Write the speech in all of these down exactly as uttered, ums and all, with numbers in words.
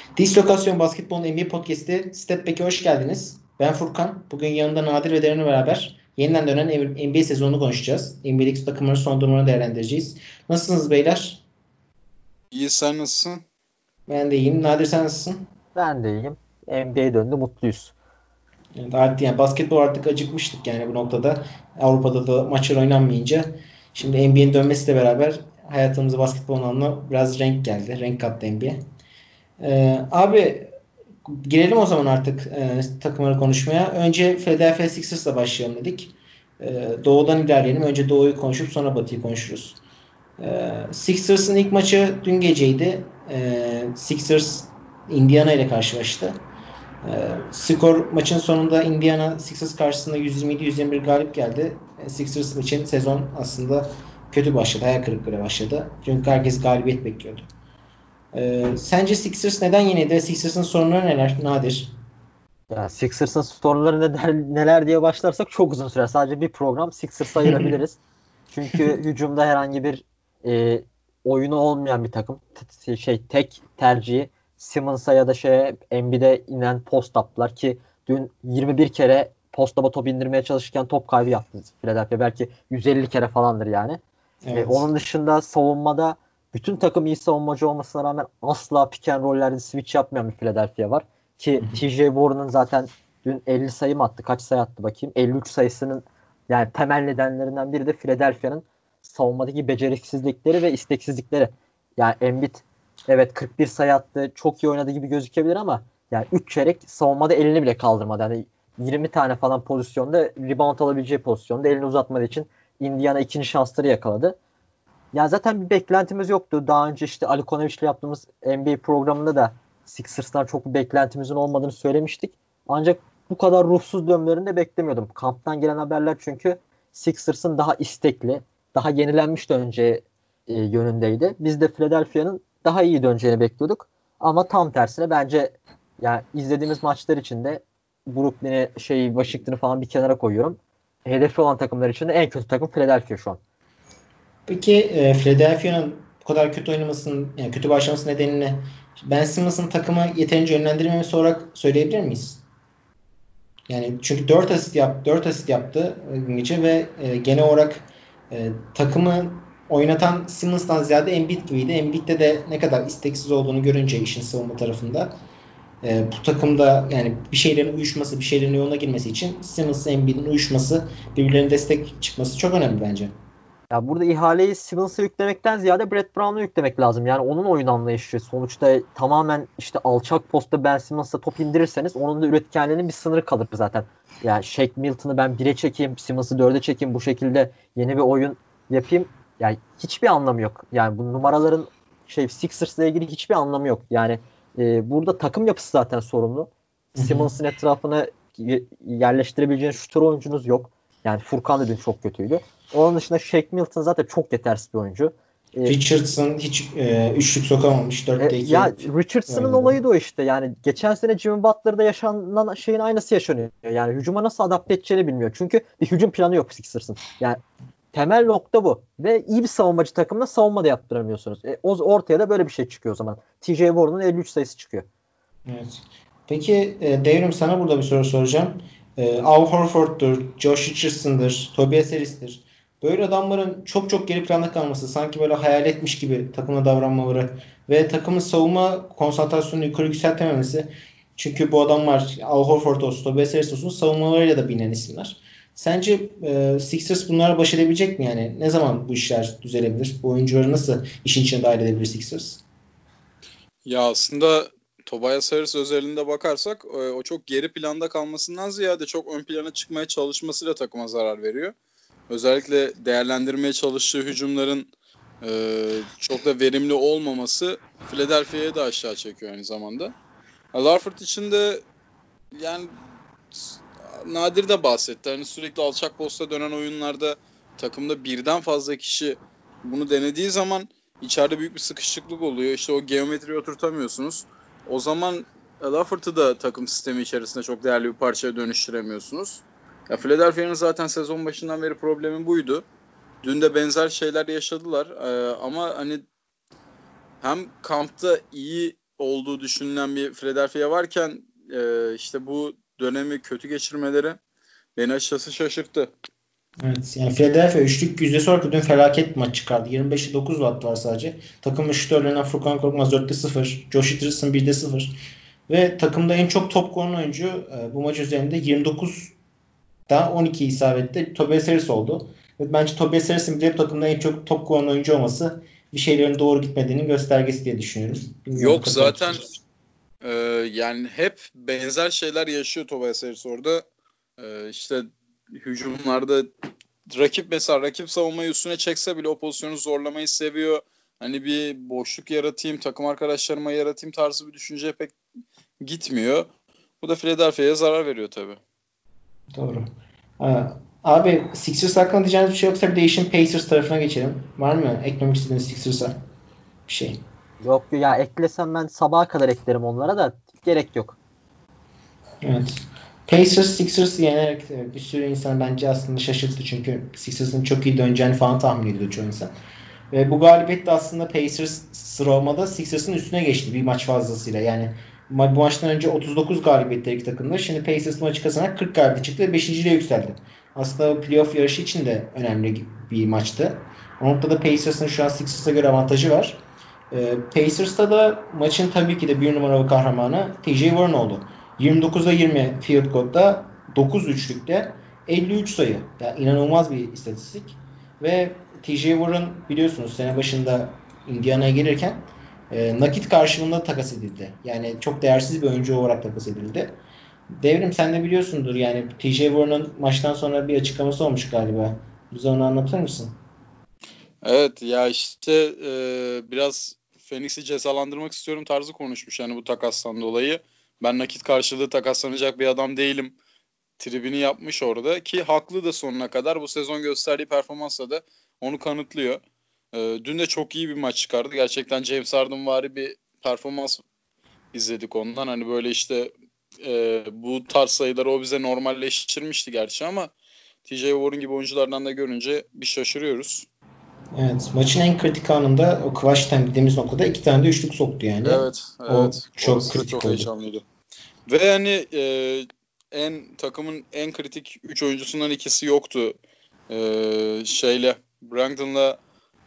Dislokasyon Basketbol N B A Podcast'i Step Back'e hoş geldiniz. Ben Furkan. Bugün yanımda Nadir ve Deren'le beraber yeniden dönen N B A sezonunu konuşacağız. N B A'deki takımların son durumunu değerlendireceğiz. Nasılsınız beyler? İyi, sen nasılsın? Ben de iyiyim. Nadir sen nasılsın? Ben de iyiyim. N B A'ye döndü, mutluyuz. Evet, artık yani basketbol artık acıkmıştık yani bu noktada. Avrupa'da da maçlar oynanmayınca. Şimdi N B A'nin dönmesiyle beraber hayatımıza basketbol anlamına biraz renk geldi. Renk kattı N B A. Ee, abi girelim o zaman artık e, takımları konuşmaya. Önce Philadelphia Sixers'la başlayalım dedik. E, Doğu'dan ilerleyelim. Önce Doğu'yu konuşup sonra Batı'yı konuşuruz. E, Sixers'ın ilk maçı dün geceydi. E, Sixers Indiana ile karşılaştı. E, skor maçın sonunda Indiana Sixers karşısında yüz yirmi yedi yüz yirmi bir galip geldi. E, Sixers için sezon aslında kötü başladı. Hayal kırıklığıyla başladı. Çünkü herkes galibiyet bekliyordu. Ee, sence Sixers neden yenildi? Sixers'ın sorunları neler? Nadir. Ya Sixers'ın sorunları neler, neler diye başlarsak çok uzun sürer. Sadece bir program Sixers'a ayırabiliriz. Çünkü hücumda herhangi bir e, oyunu olmayan bir takım. T- şey tek tercihi Simmons'a ya da şeye Embiid'e inen post-up'lar ki dün yirmi bir kere post-up'a top indirmeye çalışırken top kaybı yaptı Philadelphia. Belki yüz elli kere falandır yani. Evet. E, onun dışında savunmada bütün takım iyi savunmacı olmasına rağmen asla pick and roll'lerde switch yapmayan bir Philadelphia var. Ki T J Warren'ın zaten dün elli sayı mı attı? Kaç sayı attı bakayım? elli üç sayısının yani temel nedenlerinden biri de Philadelphia'nın savunmadaki beceriksizlikleri ve isteksizlikleri. Yani Embiid evet kırk bir sayı attı. Çok iyi oynadığı gibi gözükebilir ama yani üç çeyrek savunmada elini bile kaldırmadı. Yani yirmi tane falan pozisyonda rebound alabileceği pozisyonda elini uzatmadığı için Indiana ikinci şansları yakaladı. Ya zaten bir beklentimiz yoktu. Daha önce işte Ali Konoviç'le yaptığımız N B A programında da Sixers'tan çok bir beklentimizin olmadığını söylemiştik. Ancak bu kadar ruhsuz dönmelerini de beklemiyordum. Kamptan gelen haberler çünkü Sixers'ın daha istekli, daha yenilenmiş döneceği e, yönündeydi. Biz de Philadelphia'nın daha iyi döneceğini bekliyorduk. Ama tam tersine bence yani izlediğimiz maçlar içinde Brooklyn'i, şey Washington'ı falan bir kenara koyuyorum. Hedefi olan takımlar için de en kötü takım Philadelphia şu an. Peki e, Philadelphia'nın bu kadar kötü oynamasının, yani kötü başlaması nedenini Ben Simmons'ın takımı yeterince yönlendirmemesi olarak söyleyebilir miyiz? Yani çünkü dört asist yap, dört asist yaptı gece ve e, genel olarak e, takımı oynatan Simmons'tan ziyade Embiid gibiydi. Embiid'de de ne kadar isteksiz olduğunu görünce işin savunma tarafında e, bu takımda yani bir şeylerin uyuşması, bir şeylerin yoluna girmesi için Simmons'la Embiid'in uyuşması, birbirlerine destek çıkması çok önemli bence. Ya burada ihaleyi Simmons'a yüklemekten ziyade Brett Brown'a yüklemek lazım. Yani onun oyun anlayışı. Sonuçta tamamen işte alçak postta Ben Simmons'a top indirirseniz onun da üretkenliğinin bir sınırı kalır zaten. Yani Shaq Milton'ı ben bire çekeyim, Simmons'ı dörde çekeyim, bu şekilde yeni bir oyun yapayım. Yani hiçbir anlamı yok. Yani bu numaraların şey Sixers'la ilgili hiçbir anlamı yok. Yani e, burada takım yapısı zaten sorumlu. Simmons'ın etrafına yerleştirebileceğiniz şutör oyuncunuz yok. Yani Furkan da dün çok kötüydü. Onun dışında Shaq Milton zaten çok yetersiz bir oyuncu. Richardson hiç e, üçlük sokamamış. dörtte iki. Ya Richardson'ın olayı da o işte. Yani geçen sene Jimmy Butler'da yaşanan şeyin aynısı yaşanıyor. Yani hücuma nasıl adapte edeceğini bilmiyor. Çünkü bir hücum planı yok Sixers'ın. Yani temel nokta bu. Ve iyi bir savunmacı takımla savunma da yaptıramıyorsunuz. E, ortaya da böyle bir şey çıkıyor o zaman. T J Warren'ın elli üç sayısı çıkıyor. Evet. Peki e, Devrim, sana burada bir soru soracağım. E, Al Horford'dur, Josh Richardson'dır, Tobias Harris'tir. Böyle adamların çok çok geri planda kalması, sanki böyle hayal etmiş gibi takımla davranmaları ve takımın savunma konsantrasyonunu yukarı yükseltememesi. Çünkü bu adamlar Al Horford olsun, Tobias Harris olsun savunmalarıyla da bilinen isimler. Sence e, Sixers bunlarla baş edebilecek mi yani? Ne zaman bu işler düzelebilir? Bu oyuncuları nasıl işin içine dahil edebilir Sixers? Ya aslında Tobias Harris özelinde bakarsak o çok geri planda kalmasından ziyade çok ön plana çıkmaya çalışmasıyla takıma zarar veriyor. Özellikle değerlendirmeye çalıştığı hücumların e, çok da verimli olmaması Philadelphia'ya da aşağı çekiyor aynı zamanda. Larford için de yani Nadir de bahsetti. Hani sürekli alçak posta dönen oyunlarda takımda birden fazla kişi bunu denediği zaman içeride büyük bir sıkışıklık oluyor. İşte o geometriyi oturtamıyorsunuz. O zaman Larford'u da takım sistemi içerisinde çok değerli bir parçaya dönüştüremiyorsunuz. Ya Philadelphia'nın zaten sezon başından beri problemi buydu. Dün de benzer şeyler yaşadılar. Ee, ama hani hem kampta iyi olduğu düşünülen bir Philadelphia varken e, işte bu dönemi kötü geçirmeleri beni açıkçası şaşırttı. Evet, yani Philadelphia üçlük yüzdesi olarak dün felaket bir maç çıkardı. yirmi beşe dokuz watt var sadece. Takımın şutörlerinden Furkan Korkmaz dörtte sıfır, Josh Richardson birde sıfır. Ve takımda en çok top kullanan oyuncu e, bu maç üzerinde yirmi dokuzda on iki isabette Tobias Harris oldu. Ve bence Tobias Harris'in bile bu takımda en çok top kullanan oyuncu olması bir şeylerin doğru gitmediğinin göstergesi diye düşünüyorum. Bilmiyorum, Yok zaten e, yani hep benzer şeyler yaşıyor Tobias Harris orada. E, işte hücumlarda rakip mesela rakip savunmayı üstüne çekse bile o pozisyonu zorlamayı seviyor. Hani bir boşluk yaratayım, takım arkadaşlarıma yaratayım tarzı bir düşünceye pek gitmiyor. Bu da Philadelphia'ya zarar veriyor tabii. Doğru. Ha, abi Sixers hakkında diyeceğiniz bir şey yoksa bir de işin Pacers tarafına geçelim. Var mı eklemek istediğiniz Sixers'a bir şey? Yok ya, eklesem ben sabaha kadar eklerim onlara da gerek yok. Evet. Pacers Sixers'ı yenerek bir sürü insan bence aslında şaşırttı çünkü Sixers'ın çok iyi döneceğini falan tahmin ediyordu çoğu insan. Ve bu galibiyet de aslında Pacers sıralamada Sixers'ın üstüne geçti bir maç fazlasıyla. Yani bu maçtan önce otuz dokuz galibiyetleri iki takımda. Şimdi Pacers maçı kazanarak kırk galibiyet çıktı ve beşinciliğe yükseldi. Aslında playoff yarışı için de önemli bir maçtı. O noktada Pacers'ın şu an Sixers'a göre avantajı var. Pacers'ta da maçın tabii ki de bir numaralı kahramanı T J Warren oldu. yirmi dokuza yirmi field goal'da dokuz üçlükte elli üç sayı. Yani inanılmaz bir istatistik. Ve T J Warren biliyorsunuz sene başında Indiana'ya gelirken e, nakit karşılığında takas edildi. Yani çok değersiz bir oyuncu olarak takas edildi. Devrim sen de biliyorsundur yani T J Warren'ın maçtan sonra bir açıklaması olmuş galiba. Bize onu anlatır mısın? Evet ya işte e, biraz Phoenix'i cezalandırmak istiyorum tarzı konuşmuş yani bu takastan dolayı. Ben nakit karşılığı takaslanacak bir adam değilim tribini yapmış orada ki haklı da sonuna kadar bu sezon gösterdiği performansla da onu kanıtlıyor. E, dün de çok iyi bir maç çıkardı. Gerçekten James Hardenvari bir performans izledik ondan. Hani böyle işte e, bu tarz sayıları o bize normalleştirmişti gerçi ama T J Warren gibi oyunculardan da görünce bir şaşırıyoruz. Evet. Maçın en kritik anında o clutch time dediğimiz noktada iki tane de üçlük soktu yani. Evet. evet. O çok Orası kritik çok oldu. heyecanlıydı. Ve hani e, en takımın en kritik üç oyuncusundan ikisi yoktu. E, şeyle Brogdon'la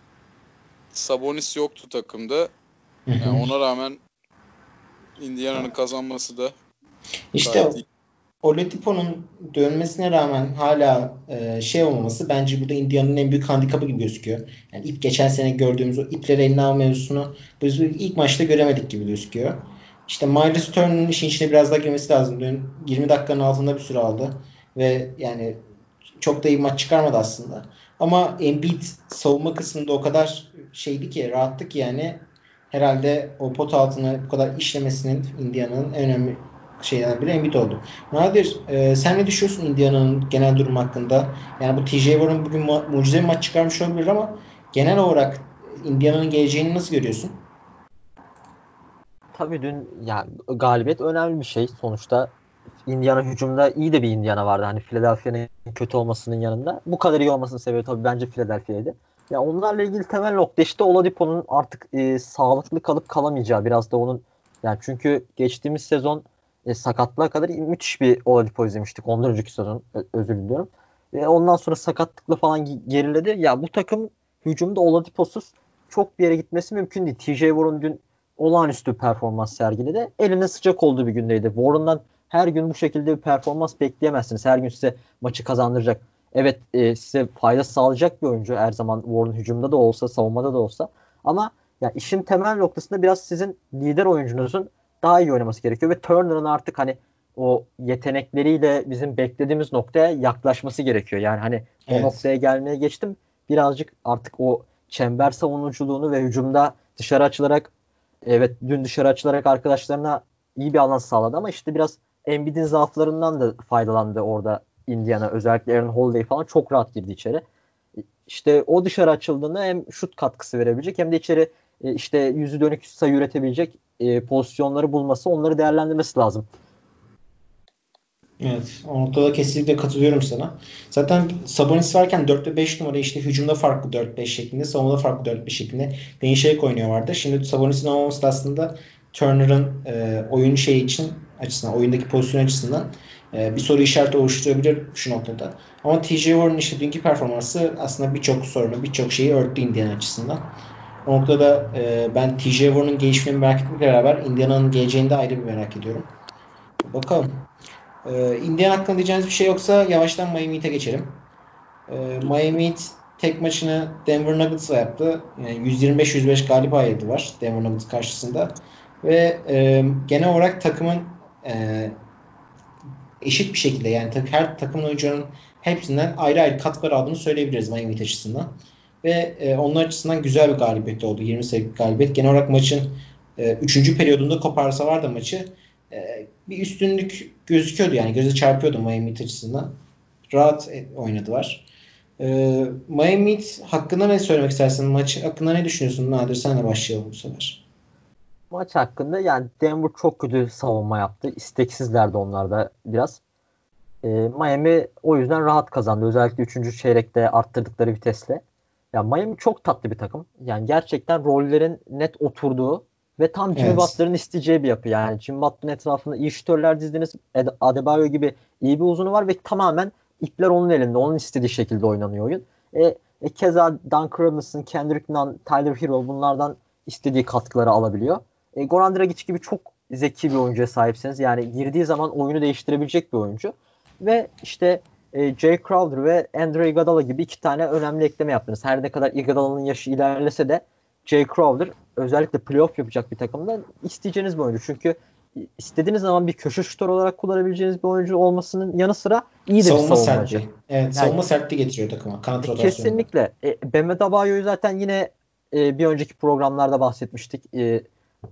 Sabonis yoktu takımda. Yani ona rağmen Indiana'nın kazanması da İşte Oladipo'nun dönmesine rağmen hala e, şey olmaması bence burada Indiana'nın en büyük handikapı gibi gözüküyor. Yani ip geçen sene gördüğümüz o ipleri eline alma mevzusunu biz ilk maçta göremedik gibi gözüküyor. İşte Miles Turner'ın işin içine biraz daha girmesi lazım. Dün yirmi dakikanın altında bir süre aldı ve yani çok da iyi maç çıkarmadı aslında. Ama Embiid savunma kısmında o kadar şeydi ki rahattı ki yani herhalde o pot altına bu kadar işlemesinin Indiana'nın en önemli şeylerden biri Embiid oldu. Nadir e, sen ne düşünüyorsun Indiana'nın genel durum hakkında? Yani bu T J Warren bugün mu- mucize bir maç çıkarmış olabilir ama genel olarak Indiana'nın geleceğini nasıl görüyorsun? Tabii dün ya galibiyet önemli bir şey. Sonuçta Indiana hücumda iyi de bir Indiana vardı. Hani Philadelphia'nın kötü olmasının yanında. Bu kadar iyi olmasının sebebi tabii bence Philadelphia'ydı. Ya onlarla ilgili temel nokta işte Oladipo'nun artık e, sağlıklı kalıp kalamayacağı. Biraz da onun yani çünkü geçtiğimiz sezon e, sakatlığa kadar müthiş bir Oladipo izlemiştik. Ondan önceki sezon ö- özür diliyorum. E, ondan sonra sakatlıkla falan geriledi. Ya bu takım hücumda Oladipo'suz çok bir yere gitmesi mümkün değil. T J Warren dün olağanüstü performans sergiledi. Eline sıcak olduğu bir gündeydi. Warren'dan her gün bu şekilde bir performans bekleyemezsiniz. Her gün size maçı kazandıracak. Evet e, size fayda sağlayacak bir oyuncu her zaman Warren hücumda da olsa savunmada da olsa. Ama ya işin temel noktasında biraz sizin lider oyuncunuzun daha iyi oynaması gerekiyor. Ve Turner'ın artık hani o yetenekleriyle bizim beklediğimiz noktaya yaklaşması gerekiyor. Yani hani Evet. o noktaya gelmeye geçtim. Birazcık artık o çember savunuculuğunu ve hücumda dışarı açılarak evet dün dışarı açılarak arkadaşlarına iyi bir alan sağladı ama işte biraz Embiid'in zaaflarından da faydalandı orada Indiana. Özellikle Aaron Holiday falan çok rahat girdi içeri. İşte o dışarı açıldığında hem şut katkısı verebilecek hem de içeri işte yüzü dönük sayı üretebilecek pozisyonları bulması, onları değerlendirmesi lazım. Evet. O noktada kesinlikle katılıyorum sana. Zaten Sabonis varken dört ve beş numara işte hücumda farklı dört beş şeklinde, savunmada farklı dört beş şeklinde değişerek oynuyorlardı. Şimdi Sabonis'in olmaması da aslında Turner'ın e, oyun şeyi için açısından, oyundaki pozisyon açısından e, bir soru işareti oluşturabilir şu noktada. Ama T J Warren'ın işte dünkü performansı aslında birçok sorunu, birçok şeyi örttü Indiana açısından. O noktada e, ben T J Warren'ın gelişimini merak etmekle beraber Indiana'nın geleceğini de ayrı bir merak ediyorum. Bakalım. E, Indiana hakkında diyeceğiniz bir şey yoksa yavaştan Miami Heat'e geçelim. E, Miami Heat tek maçını Denver Nuggets'la yaptı. Yani yüz yirmi beş yüz beş galip ayrılığı var Denver Nuggets karşısında. Ve e, genel olarak takımın e, eşit bir şekilde yani tak, her takımın oyuncularının hepsinden ayrı ayrı katkılar aldığını söyleyebiliriz Miami Heat açısından. Ve e, onlar açısından güzel bir galibiyet oldu. yirmi sayılık galibiyet. Genel olarak maçın e, üçüncü periyodunda koparsalar da maçı e, bir üstünlük gözüküyordu. Yani göze çarpıyordu Miami Heat açısından. Rahat oynadılar. E, Miami Heat hakkında ne söylemek istersin? Maç hakkında ne düşünüyorsun Nadir? Senle başlayalım bu sefer. Maç hakkında yani Denver çok kötü savunma yaptı. İsteksizlerdi onlar da biraz. E, Miami o yüzden rahat kazandı. Özellikle üçüncü çeyrekte arttırdıkları vitesle. Ya Miami çok tatlı bir takım. Yani gerçekten rollerin net oturduğu ve tam Jimmy Evet. Butler'ın isteyeceği bir yapı. Yani Jimmy Butler'ın etrafında iyi şütörler dizdiniz. Ad- Adebayo gibi iyi bir uzunu var ve tamamen ipler onun elinde. Onun istediği şekilde oynanıyor oyun. E, e, keza Duncan Robinson, Kendrick Nunn, Tyler Hero bunlardan istediği katkıları alabiliyor. E, Goran Dragic gibi çok zeki bir oyuncuya sahipsiniz. Yani girdiği zaman oyunu değiştirebilecek bir oyuncu. Ve işte e, Jay Crowder ve Andre Iguodala gibi iki tane önemli ekleme yaptınız. Her ne kadar Iguodala'nın yaşı ilerlese de Jay Crowder özellikle playoff yapacak bir takımda isteyeceğiniz bir oyuncu. Çünkü istediğiniz zaman bir köşe şutör olarak kullanabileceğiniz bir oyuncu olmasının yanı sıra iyi de savunma bir savunmacı. sertliği. Evet, yani, savunma sertliği getiriyor takıma. Kanat rotasyonunda. Kesinlikle. E, Bam Adebayo'yu zaten yine e, bir önceki programlarda bahsetmiştik. E,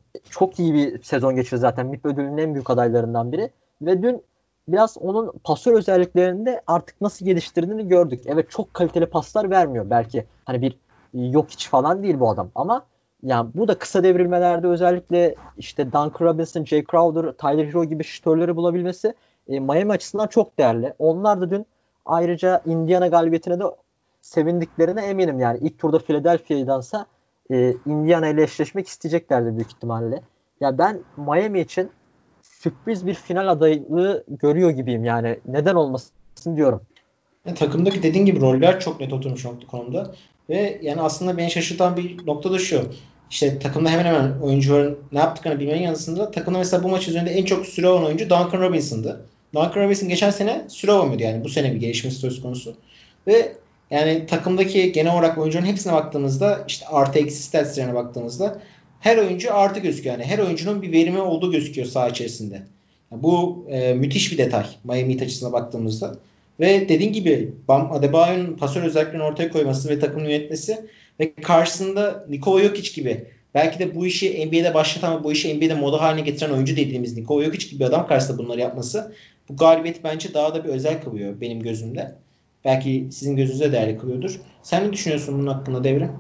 çok iyi bir sezon geçirdi zaten. M I P ödülünün en büyük adaylarından biri. Ve dün biraz onun pasör özelliklerini de artık nasıl geliştirdiğini gördük. Evet çok kaliteli paslar vermiyor. Belki hani bir yok hiç falan değil bu adam. Ama yani bu da kısa devrilmelerde özellikle işte Duncan Robinson, Jay Crowder, Tyler Hero gibi şütörleri bulabilmesi e, Miami açısından çok değerli. Onlar da dün ayrıca Indiana galibiyetine de sevindiklerine eminim. Yani ilk turda Philadelphia'dansa e, Indiana ile eşleşmek isteyeceklerdi büyük ihtimalle. Ya ben Miami için sürpriz bir final adaylığı görüyor gibiyim. Yani neden olmasın diyorum. Yani takımdaki dediğin gibi roller çok net oturmuş nokta konumda. Ve yani aslında beni şaşırtan bir nokta da şu. İşte takımda hemen hemen oyuncuların ne yaptıklarını bilmenin yanısında takımda mesela bu maç üzerinde en çok süre alan oyuncu Duncan Robinson'dı. Duncan Robinson geçen sene süre alamıyordu yani. Bu sene bir gelişmesi söz konusu. Ve yani takımdaki genel olarak oyuncuların hepsine baktığımızda işte artı eksi statslarına baktığımızda her oyuncu artı gözüküyor. Yani her oyuncunun bir verimi olduğu gözüküyor saha içerisinde. Yani bu e, müthiş bir detay Miami Heat açısına baktığımızda. Ve dediğin gibi Bam Adebayo'nun pasör özelliklerini ortaya koyması ve takımı yönetmesi ve karşısında Nikola Jokic gibi belki de bu işi N B A'de başlatan ama bu işi N B A'de moda haline getiren oyuncu dediğimiz Nikola Jokic gibi bir adam karşısında bunları yapması bu galibiyeti bence daha da bir özel kılıyor benim gözümde. Belki sizin gözünüzde değerli kılıyordur. Sen ne düşünüyorsun bunun hakkında Devrim?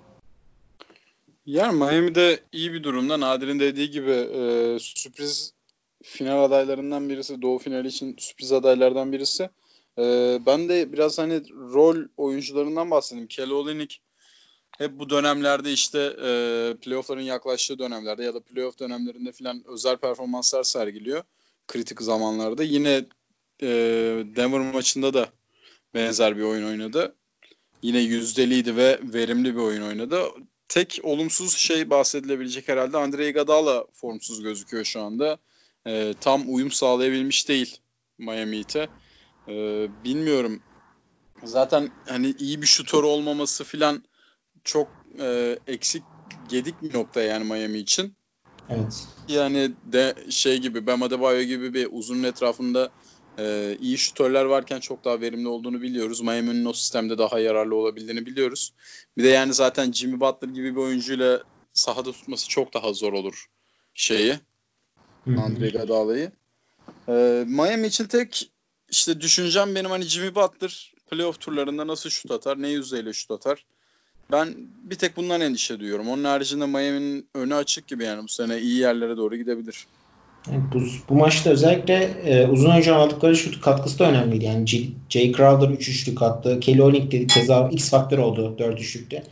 Yani Miami'de iyi bir durumda. Nadir'in dediği gibi e, sürpriz final adaylarından birisi. Doğu finali için sürpriz adaylardan birisi. E, ben de biraz hani rol oyuncularından bahsedeyim. Kelly Olynyk hep bu dönemlerde işte e, playoff'ların yaklaştığı dönemlerde ya da playoff dönemlerinde filan özel performanslar sergiliyor. Kritik zamanlarda. Yine e, Denver maçında da benzer bir oyun oynadı. Yine yüzdeliydi ve verimli bir oyun oynadı. Tek olumsuz şey bahsedilebilecek herhalde Andre Iguodala formsuz gözüküyor şu anda. E, tam uyum sağlayabilmiş değil Miami Heat'e. E, bilmiyorum. Zaten hani iyi bir şutör olmaması filan çok e, eksik gedik bir nokta yani Miami için. Evet. Yani de şey gibi Bam Adebayo gibi bir uzunun etrafında e, iyi şutörler varken çok daha verimli olduğunu biliyoruz. Miami'nin o sistemde daha yararlı olabildiğini biliyoruz. Bir de yani zaten Jimmy Butler gibi bir oyuncuyla sahada tutması çok daha zor olur şeyi. Andre Iguodala'yı. E, Miami için tek işte düşüncem benim hani Jimmy Butler playoff turlarında nasıl şut atar, ne yüzdeyle şut atar. Ben bir tek bundan endişe duyuyorum. Onun haricinde Miami'nin önü açık gibi yani bu sene iyi yerlere doğru gidebilir. Yani bu, bu maçta özellikle e, uzun oyuncu aldıkları şut katkısı da önemliydi. Yani J. Jay Crowder üç üçlük attı. Kelly Olynyk dedi keza X faktör oldu dört üçlükte.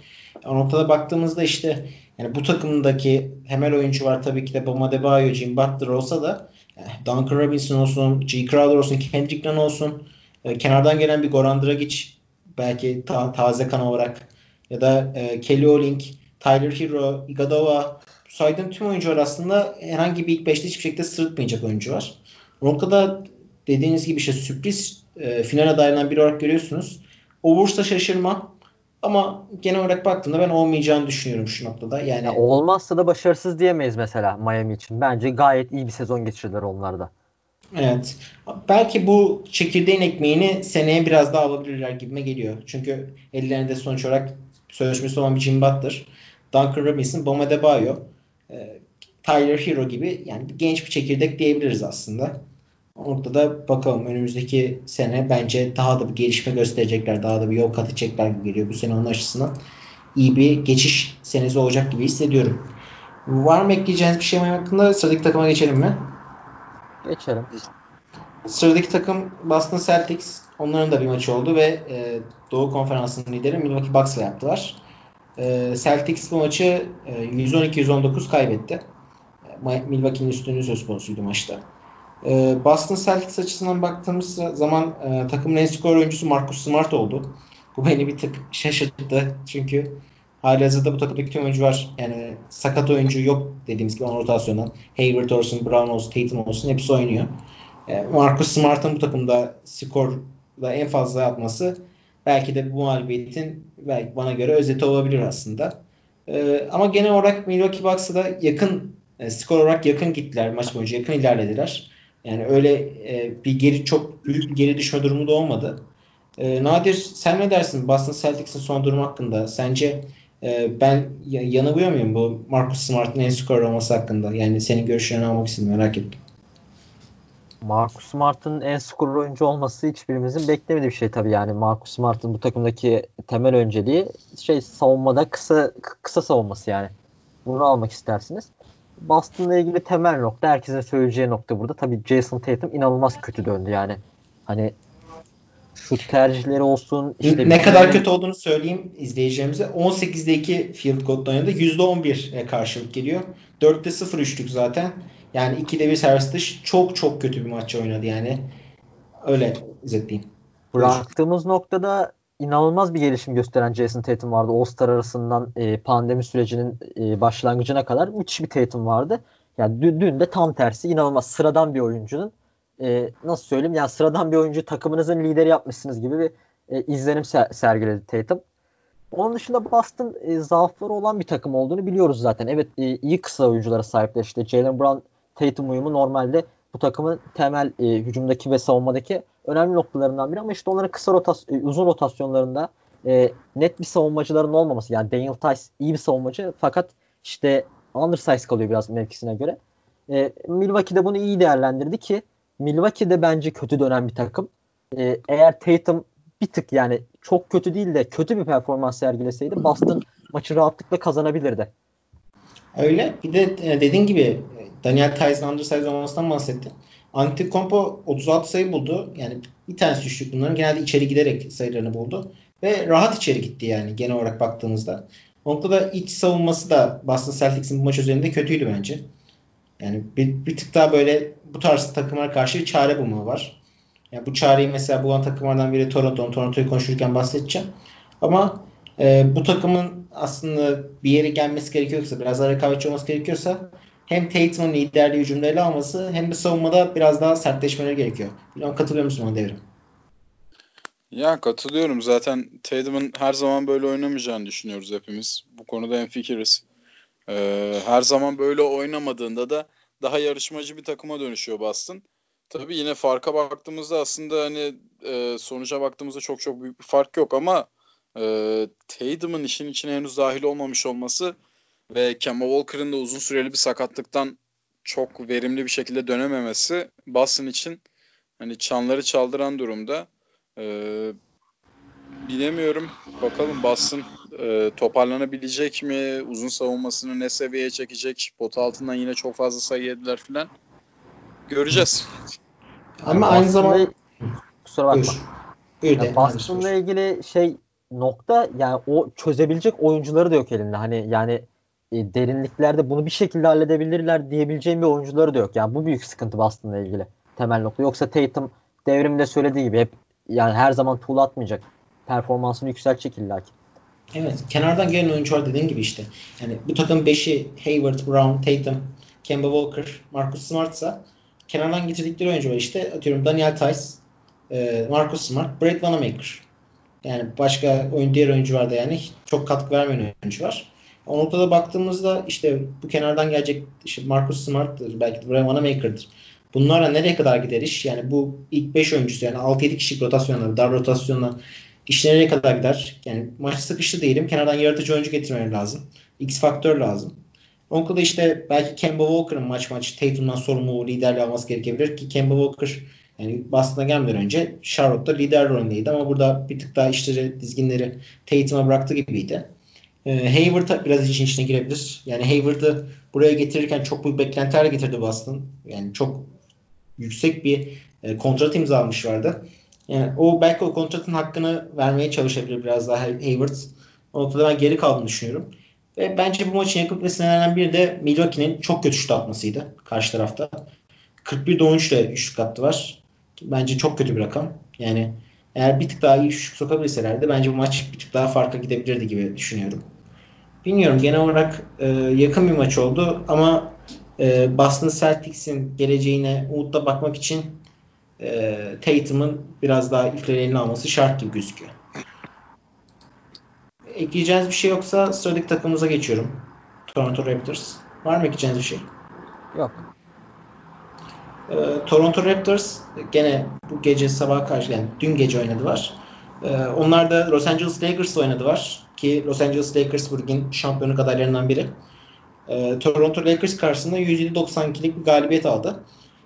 O noktada baktığımızda işte yani bu takımdaki temel oyuncu var tabii ki de Bam Adebayo, Jim Butler olsa da Duncan Robinson olsun, G. Crowder olsun, Kendrick Nunn olsun, e, kenardan gelen bir Goran Dragic belki ta- taze kan olarak ya da e, Kelly Olynyk, Tyler Hero, Iguodala, saydığım tüm oyuncular aslında herhangi bir ilk beşte hiçbir şekilde sırıtmayacak oyuncu var. O noktada dediğiniz gibi işte sürpriz e, final adaylarından biri olarak görüyorsunuz. Olursa şaşırmam. Ama genel olarak baktığımda ben olmayacağını düşünüyorum şu noktada. Yani Ya olmazsa da başarısız diyemeyiz mesela Miami için. Bence gayet iyi bir sezon geçirdiler onlar da. evet. Belki bu çekirdeğin ekmeğini seneye biraz daha alabilirler gibime geliyor. Çünkü ellerinde sonuç olarak sözleşmesi olan bir Jim Butler, Duncan Robinson, Bam Adebayo, e, Tyler Hero gibi yani genç bir çekirdek diyebiliriz aslında. Orada da bakalım önümüzdeki sene bence daha da bir gelişme gösterecekler. Daha da bir yol kat edecekler gibi geliyor bu sene onun açısından. İyi bir geçiş senesi olacak gibi hissediyorum. Var mı ekleyeceğiniz bir şey hakkında? Sıradaki takıma geçelim mi? Geçelim. Sıradaki takım Boston Celtics. Onların da bir maçı oldu ve e, Doğu Konferansı'nın lideri Milwaukee Bucks'la yaptılar. E, Celtics bu maçı e, yüz on iki yüz on dokuz kaybetti. E, Milwaukee'nin üstünlüğü söz konusuydu maçta. E, Boston Celtics açısından baktığımız zaman e, takımın en skor oyuncusu Marcus Smart oldu. Bu beni bir tık şaşırttı. Çünkü halihazırda bu takımdaki tüm oyuncular yani sakat oyuncu yok dediğimiz gibi on rotasyondan. Hayward olsun, Brown olsun, Tatum olsun hepsi oynuyor. Marcus Smart'ın bu takımda skorda en fazla yapması belki de bu mağlubiyetin belki bana göre özeti olabilir aslında. Ee, ama genel olarak Milwaukee Bucks'a da yakın e, skor olarak yakın gittiler. Maç boyunca yakın ilerlediler. Yani öyle e, bir geri çok büyük bir geri düşme durumu da olmadı. E, Nadir sen ne dersin Boston Celtics'in son durumu hakkında? Sence e, ben yanılıyor muyum bu Marcus Smart'ın en skor olması hakkında? Yani senin görüşlerini almak istedim, merak ettim. Marcus Smart'ın en skorlu oyuncu olması hiçbirimizin beklemediği bir şey tabii yani. Marcus Smart'ın bu takımdaki temel önceliği şey savunmada kısa kısa savunması yani. Bunu almak istersiniz. Boston'la ilgili temel nokta, herkesin söyleyeceği nokta burada. Tabii Jason Tatum inanılmaz kötü döndü yani. Hani şut tercihleri olsun. Işte ne kadar bir... kötü olduğunu söyleyeyim izleyicilerimize. on sekizde iki field goal oynadı. yüzde on bir karşılık geliyor. dörtte sıfır üçlük zaten. Yani ikide bir servis dış. Çok çok kötü bir maç oynadı yani. Öyle özetleyeyim. Bıraktığımız noktada inanılmaz bir gelişim gösteren Jason Tatum vardı. All-Star arasından e, pandemi sürecinin e, başlangıcına kadar müthiş bir Tatum vardı. Yani dün, dün de tam tersi inanılmaz sıradan bir oyuncunun e, nasıl söyleyeyim yani sıradan bir oyuncu takımınızın lideri yapmışsınız gibi bir e, izlenim ser- sergiledi Tatum. Onun dışında Boston e, zaafları olan bir takım olduğunu biliyoruz zaten. Evet e, iyi kısa oyunculara sahipler. İşte Jaylen Brown, Tatum uyumu normalde bu takımın temel e, hücumdaki ve savunmadaki önemli noktalarından biri ama işte onların kısa rotas- e, uzun rotasyonlarında e, net bir savunmacıların olmaması. Yani Daniel Tice iyi bir savunmacı fakat işte undersize kalıyor biraz mevkisine göre. E, Milwaukee'de bunu iyi değerlendirdi ki Milwaukee'de bence kötü dönen bir takım. E, eğer Tatum bir tık yani çok kötü değil de kötü bir performans sergileseydi Boston maçı rahatlıkla kazanabilirdi. Öyle. Bir de dediğin gibi Daniel Tice'ın undersize olmasından bahsettin. Antetokounmpo otuz altı sayı buldu. Yani bir tanesi üçlük bunların. Genelde içeri giderek sayılarını buldu. Ve rahat içeri gitti yani genel olarak baktığımızda. O noktada iç savunması da Boston Celtics'in bu maç üzerinde kötüydü bence. Yani bir, bir tık daha böyle bu tarz takımlara karşı çare bulma var. Yani bu çareyi mesela bulan takımlardan biri Toronto. Toronto'yu konuşurken bahsedeceğim. Ama e, bu takımın aslında bir yere gelmesi gerekiyorsa, biraz daha rekabetçi olması gerekiyorsa hem Tatum'un liderliği hücumda ele alması hem de savunmada biraz daha sertleşmeleri gerekiyor. Bilmiyorum, katılıyor musun bana Devrim? Ya katılıyorum. Zaten Tatum'un her zaman böyle oynamayacağını düşünüyoruz hepimiz. Bu konuda hemfikiriz. Ee, her zaman böyle oynamadığında da daha yarışmacı bir takıma dönüşüyor Boston. Tabii yine farka baktığımızda aslında hani e, sonuca baktığımızda çok çok büyük bir fark yok ama e, Tatum'un işin içine henüz dahil olmamış olması ve Kemba Walker'ın da uzun süreli bir sakatlıktan çok verimli bir şekilde dönememesi Boston için hani çanları çaldıran durumda. Ee, Bilemiyorum. Bakalım Boston e, toparlanabilecek mi? Uzun savunmasını ne seviyeye çekecek? Pot altından yine çok fazla sayı yediler filan. Göreceğiz. Ama Yani aynı zamanda Boston'la kusura bakma. buyur. Buyur de. Yani Boston'la ilgili şey nokta yani o çözebilecek oyuncuları da yok elinde. Hani yani e, derinliklerde bunu bir şekilde halledebilirler diyebileceğim bir oyuncuları da yok. Yani bu büyük sıkıntı Boston'la ilgili temel nokta. Yoksa Tatum devriminde söylediği gibi hep yani her zaman tuğla atmayacak. Performansını yükseltecek illaki. Evet. Kenardan gelen oyuncular dediğin gibi işte. Yani bu takım beşi Hayward, Brown, Tatum, Kemba Walker, Marcus Smart'sa kenardan getirdikleri oyuncular işte atıyorum Daniel Tice, e, Marcus Smart, Brad Wanamaker. Yani başka oyun diğer oyuncular da yani çok katkı vermeyen oyuncu var. O noktada baktığımızda işte bu kenardan gelecek işte Marcus Smart'tır, belki de Brad Wanamaker'dır. Bunlarla nereye kadar gider iş? Yani bu ilk beş oyuncusu yani altı yedi kişilik rotasyonla, dar rotasyonla iş nereye kadar gider? Yani maç sıkıştı diyelim. Kenardan yaratıcı oyuncu getirmeleri lazım. X faktör lazım. O noktada işte belki Kemba Walker'ın maç maç Tatum'dan sorumlu liderliği alması gerekebilir ki Kemba Walker yani Boston'a gelmeden önce Charlotte'da lider rolündeydi ama burada bir tık daha işleri, dizginleri Tatum'a bıraktı gibiydi. Ee, Hayward biraz işin içine girebilir. Yani Hayward'ı buraya getirirken çok büyük beklentilerle getirdi Boston. Yani çok yüksek bir e, kontrat imzalamışlardı. Yani o belki o kontratın hakkını vermeye çalışabilir biraz daha Hayward. O noktada ben geri kaldığını düşünüyorum. Ve bence bu maçın yakıp nedenlerden biri de Milwaukee'nin çok kötü şut atmasıydı karşı tarafta. kırk bir on üç ile üçlük attı var. Bence çok kötü bir rakam. Yani eğer bir tık daha iyi şut sokabilselerdi bence bu maç bir tık daha farka gidebilirdi gibi düşünüyorum. Bilmiyorum genel olarak e, yakın bir maç oldu ama e, Boston Celtics'in geleceğine umutla bakmak için e, Tatum'un biraz daha ilkleri eline alması şart gibi gözüküyor. Ekleyeceğiniz bir şey yoksa sıradaki takımımıza geçiyorum. Toronto Raptors. Var mı ekleyeceğiniz bir şey? Yok. Ee, Toronto Raptors gene bu gece sabaha karşı yani dün gece oynadılar. Ee, onlar da Los Angeles Lakers oynadılar ki Los Angeles Lakers bu ligin şampiyonluk adaylarından biri. Ee, Toronto Lakers karşısında yüz yedi doksan ikilik bir galibiyet aldı.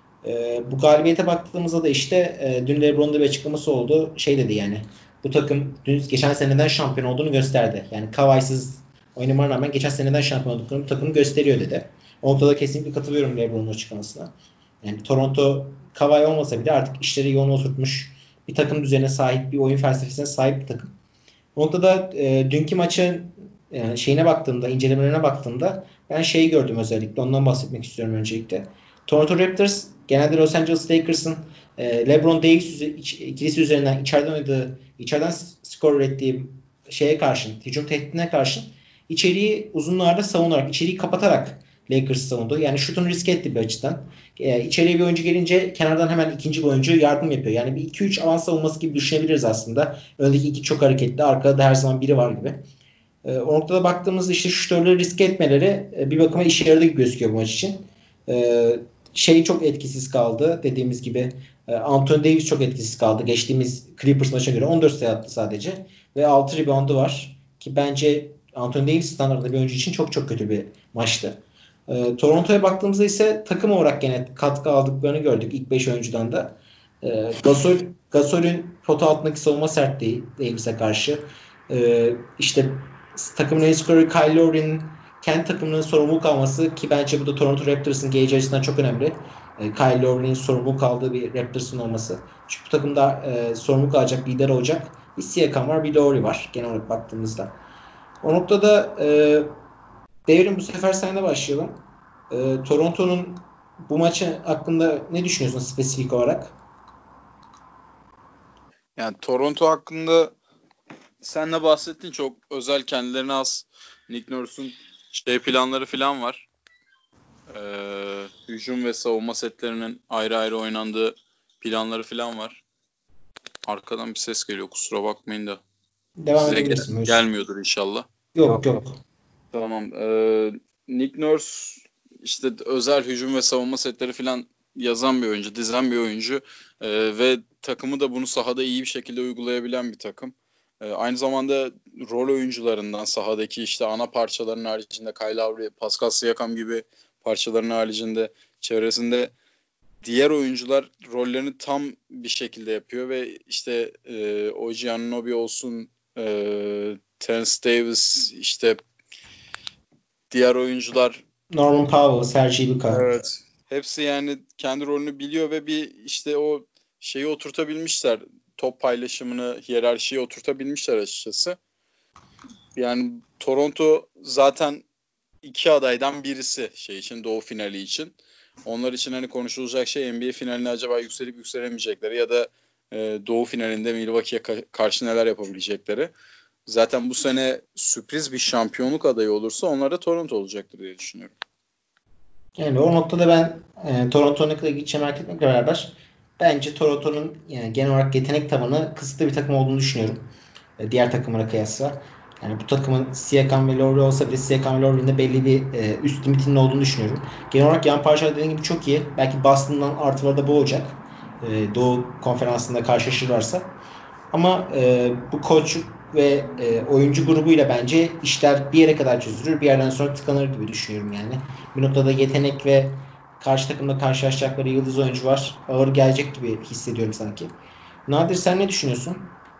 Ee, bu galibiyete baktığımızda da işte e, dün LeBron'da bir açıklaması oldu. Şey dedi yani bu takım dün geçen seneden şampiyon olduğunu gösterdi. Yani Kawhi'siz oynamaya rağmen geçen seneden şampiyon olduklarını bu takımı gösteriyor dedi. O noktada kesinlikle katılıyorum LeBron'un açıklamasına. Yani Toronto Kawhi olmasa bile artık işleri yoğun oturtmuş bir takım düzenine sahip, bir oyun felsefesine sahip bir takım. O noktada e, dünkü maçın yani şeyine baktığımda, incelemelerine baktığımda ben şeyi gördüm özellikle. Ondan bahsetmek istiyorum öncelikle. Toronto Raptors genelde Los Angeles Lakers'ın e, LeBron Davis ikilisi üzerinden içeriden oynadığı, içeriden skor ürettiği şeye karşın, hücum tehditine karşın içeriği uzunlarda savunarak, içeriği kapatarak Lakers savundu. Yani şutunu riske etti bir açıdan. E, içeriye bir oyuncu gelince kenardan hemen ikinci bir oyuncu yardım yapıyor. Yani bir iki üç avans savunması gibi düşünebiliriz aslında. Öndeki iki çok hareketli. Arkada da her zaman biri var gibi. E, o noktada baktığımızda işte şutörleri riske etmeleri e, bir bakıma işe yaradı gibi gözüküyor bu maç için. E, şey çok etkisiz kaldı. Dediğimiz gibi e, Anthony Davis çok etkisiz kaldı. Geçtiğimiz Clippers maçına göre on dört sayı attı sadece. Ve altı reboundu var. Ki bence Anthony Davis standartında bir oyuncu için çok çok kötü bir maçtı. E, Toronto'ya baktığımızda ise takım olarak gene katkı aldıklarını gördük ilk beş oyuncudan da. E, Gasol, Gasol'ün pota altındaki savunma sertliği Davis'e karşı. E, işte takımın en skoru Kyle Lowry'nin kendi takımının sorumluluk alması ki bence bu da Toronto Raptors'ın geleceği açısından çok önemli. E, Kyle Lowry'nin sorumluluk aldığı bir Raptors'ın olması. Çünkü bu takımda e, sorumluluk alacak, lider olacak. Bir Siakam var, bir Lowry var genel olarak baktığımızda. O noktada e, Devrim bu sefer seninle başlayalım. E, Toronto'nun bu maçı hakkında ne düşünüyorsun spesifik olarak? Yani Toronto hakkında sen de bahsettin, çok özel, kendilerine az Nick Nurse'un şey planları falan var. Ee, hücum ve savunma setlerinin ayrı ayrı oynandığı planları falan var. Arkadan bir ses geliyor, kusura bakmayın da. Devam Size edebilirsin. gel- gelmiyordur inşallah. Yok yok. Tamam. Ee, Nick Nurse işte özel hücum ve savunma setleri falan yazan bir oyuncu, dizen bir oyuncu ee, ve takımı da bunu sahada iyi bir şekilde uygulayabilen bir takım. Ee, aynı zamanda rol oyuncularından sahadaki işte ana parçaların haricinde Kyle Lowry, Pascal Siakam gibi parçaların haricinde çevresinde diğer oyuncular rollerini tam bir şekilde yapıyor ve işte e, O G Anunoby olsun, e, Terence Davis, işte diğer oyuncular, Norman Powell, Serge Ibaka. evet, hepsi yani kendi rolünü biliyor ve bir işte o şeyi oturtabilmişler. top paylaşımını, hiyerarşiye oturtabilmişler açıkçası. Yani Toronto zaten iki adaydan birisi şey için, Doğu finali için. Onlar için hani konuşulacak şey N B A finaline acaba yükselip yükselemeyecekleri ya da e, Doğu finalinde Milwaukee'ye ka- karşı neler yapabilecekleri. Zaten bu sene sürpriz bir şampiyonluk adayı olursa onlar da Toronto olacaktır diye düşünüyorum. Yani o noktada ben e, Toronto'nun ne kadar gideceği merak etmekle beraber bence Toronto'nun yani genel olarak yetenek tavanı kısıtlı bir takım olduğunu düşünüyorum. E, diğer takımlara kıyasla. Yani bu takımın Siakam ve Lowry olsa bile Siakam ve Lowry'nin de belli bir e, üst limitinin olduğunu düşünüyorum. Genel olarak yan parçalar dediğim gibi çok iyi. Belki Boston'dan artıları da bu olacak. E, Doğu konferansında karşılaşırlarsa. Ama e, bu koç ve e, oyuncu grubuyla bence işler bir yere kadar çözülür. Bir yerden sonra tıkanır gibi düşünüyorum yani. Bir noktada yetenek ve karşı takımda karşılaşacakları yıldız oyuncu var. Ağır gelecek gibi hissediyorum sanki. Nadir sen ne düşünüyorsun?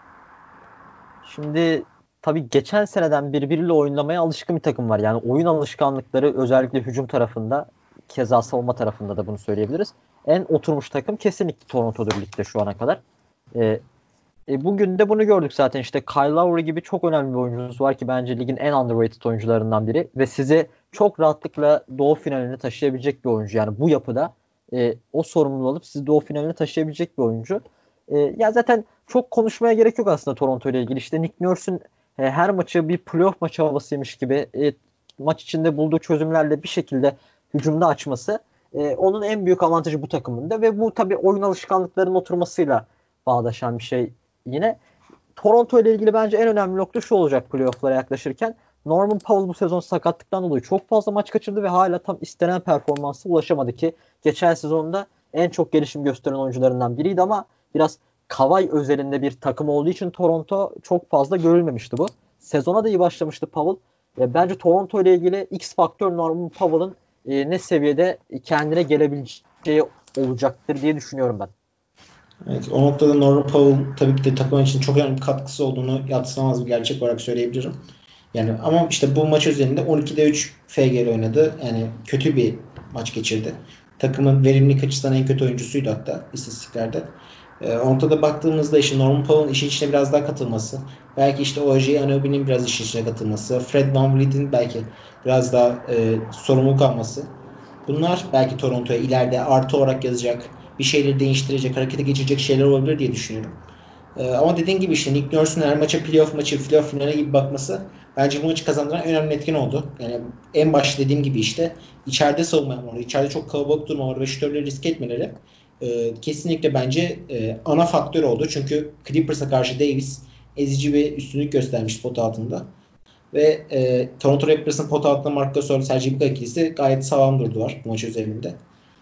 Şimdi tabii geçen seneden birbiriyle oynamaya alışkın bir takım var. Yani oyun alışkanlıkları özellikle hücum tarafında, keza savunma tarafında da bunu söyleyebiliriz. En oturmuş takım kesinlikle Toronto'dur ligde şu ana kadar. Ee, e, bugün de bunu gördük zaten. İşte Kyle Lowry gibi çok önemli bir oyuncunuz var ki bence ligin en underrated oyuncularından biri ve sizi çok rahatlıkla Doğu finaline taşıyabilecek bir oyuncu. Yani bu yapıda e, o sorumluluğu alıp sizi Doğu finaline taşıyabilecek bir oyuncu. E, ya zaten çok konuşmaya gerek yok aslında Toronto ile ilgili. İşte Nick Nurse'ün e, her maçı bir playoff maçı havasıymış gibi e, maç içinde bulduğu çözümlerle bir şekilde hücumda açması e, onun en büyük avantajı bu takımında ve bu tabii oyun alışkanlıklarının oturmasıyla bağdaşan bir şey. Yine Toronto ile ilgili bence en önemli nokta şu olacak playoff'lara yaklaşırken. Norman Powell bu sezon sakatlıktan dolayı çok fazla maç kaçırdı ve hala tam istenen performansa ulaşamadı ki geçen sezonda en çok gelişim gösteren oyuncularından biriydi ama biraz Kawhi özelinde bir takım olduğu için Toronto çok fazla görülmemişti bu. Sezona da iyi başlamıştı Powell. E, bence Toronto ile ilgili X faktör Norman Powell'ın e, ne seviyede kendine gelebileceği olacaktır diye düşünüyorum ben. Evet, o noktada Norman Powell tabii ki de takım için çok önemli bir katkısı olduğunu yadsınamaz bir gerçek olarak söyleyebilirim. Yani ama işte bu maç üzerinde on ikide üç F G L oynadı. Yani kötü bir maç geçirdi. Takımın verimlilik açısından en kötü oyuncusuydu hatta istatistiklerde. E, ortada baktığımızda işte Norman Powell'ın işin içine biraz daha katılması, belki işte O J Anunoby'nin biraz işin içine katılması, Fred VanVleet'in belki biraz daha e, sorumluluk alması. Bunlar belki Toronto'ya ileride artı olarak yazacak, bir şeyleri değiştirecek, harekete geçirecek şeyler olabilir diye düşünüyorum. Ee, ama dediğin gibi işte Nick Nurse'un her maça playoff maçı, playoff finali gibi bakması bence bu maçı kazandıran önemli etken oldu. Yani en başta dediğim gibi işte içeride savunma yapmaları, içeride çok kalabalık durmamaları ve şütörleri risk etmeleri e, kesinlikle bence e, ana faktör oldu. Çünkü Clippers'a karşı Davis ezici bir üstünlük göstermiş pot altında. Ve e, Toronto Raptors'ın pot altında Marc Gasol, Serge Ibaka ikilisi gayet sağlam durdular bu maç üzerinde.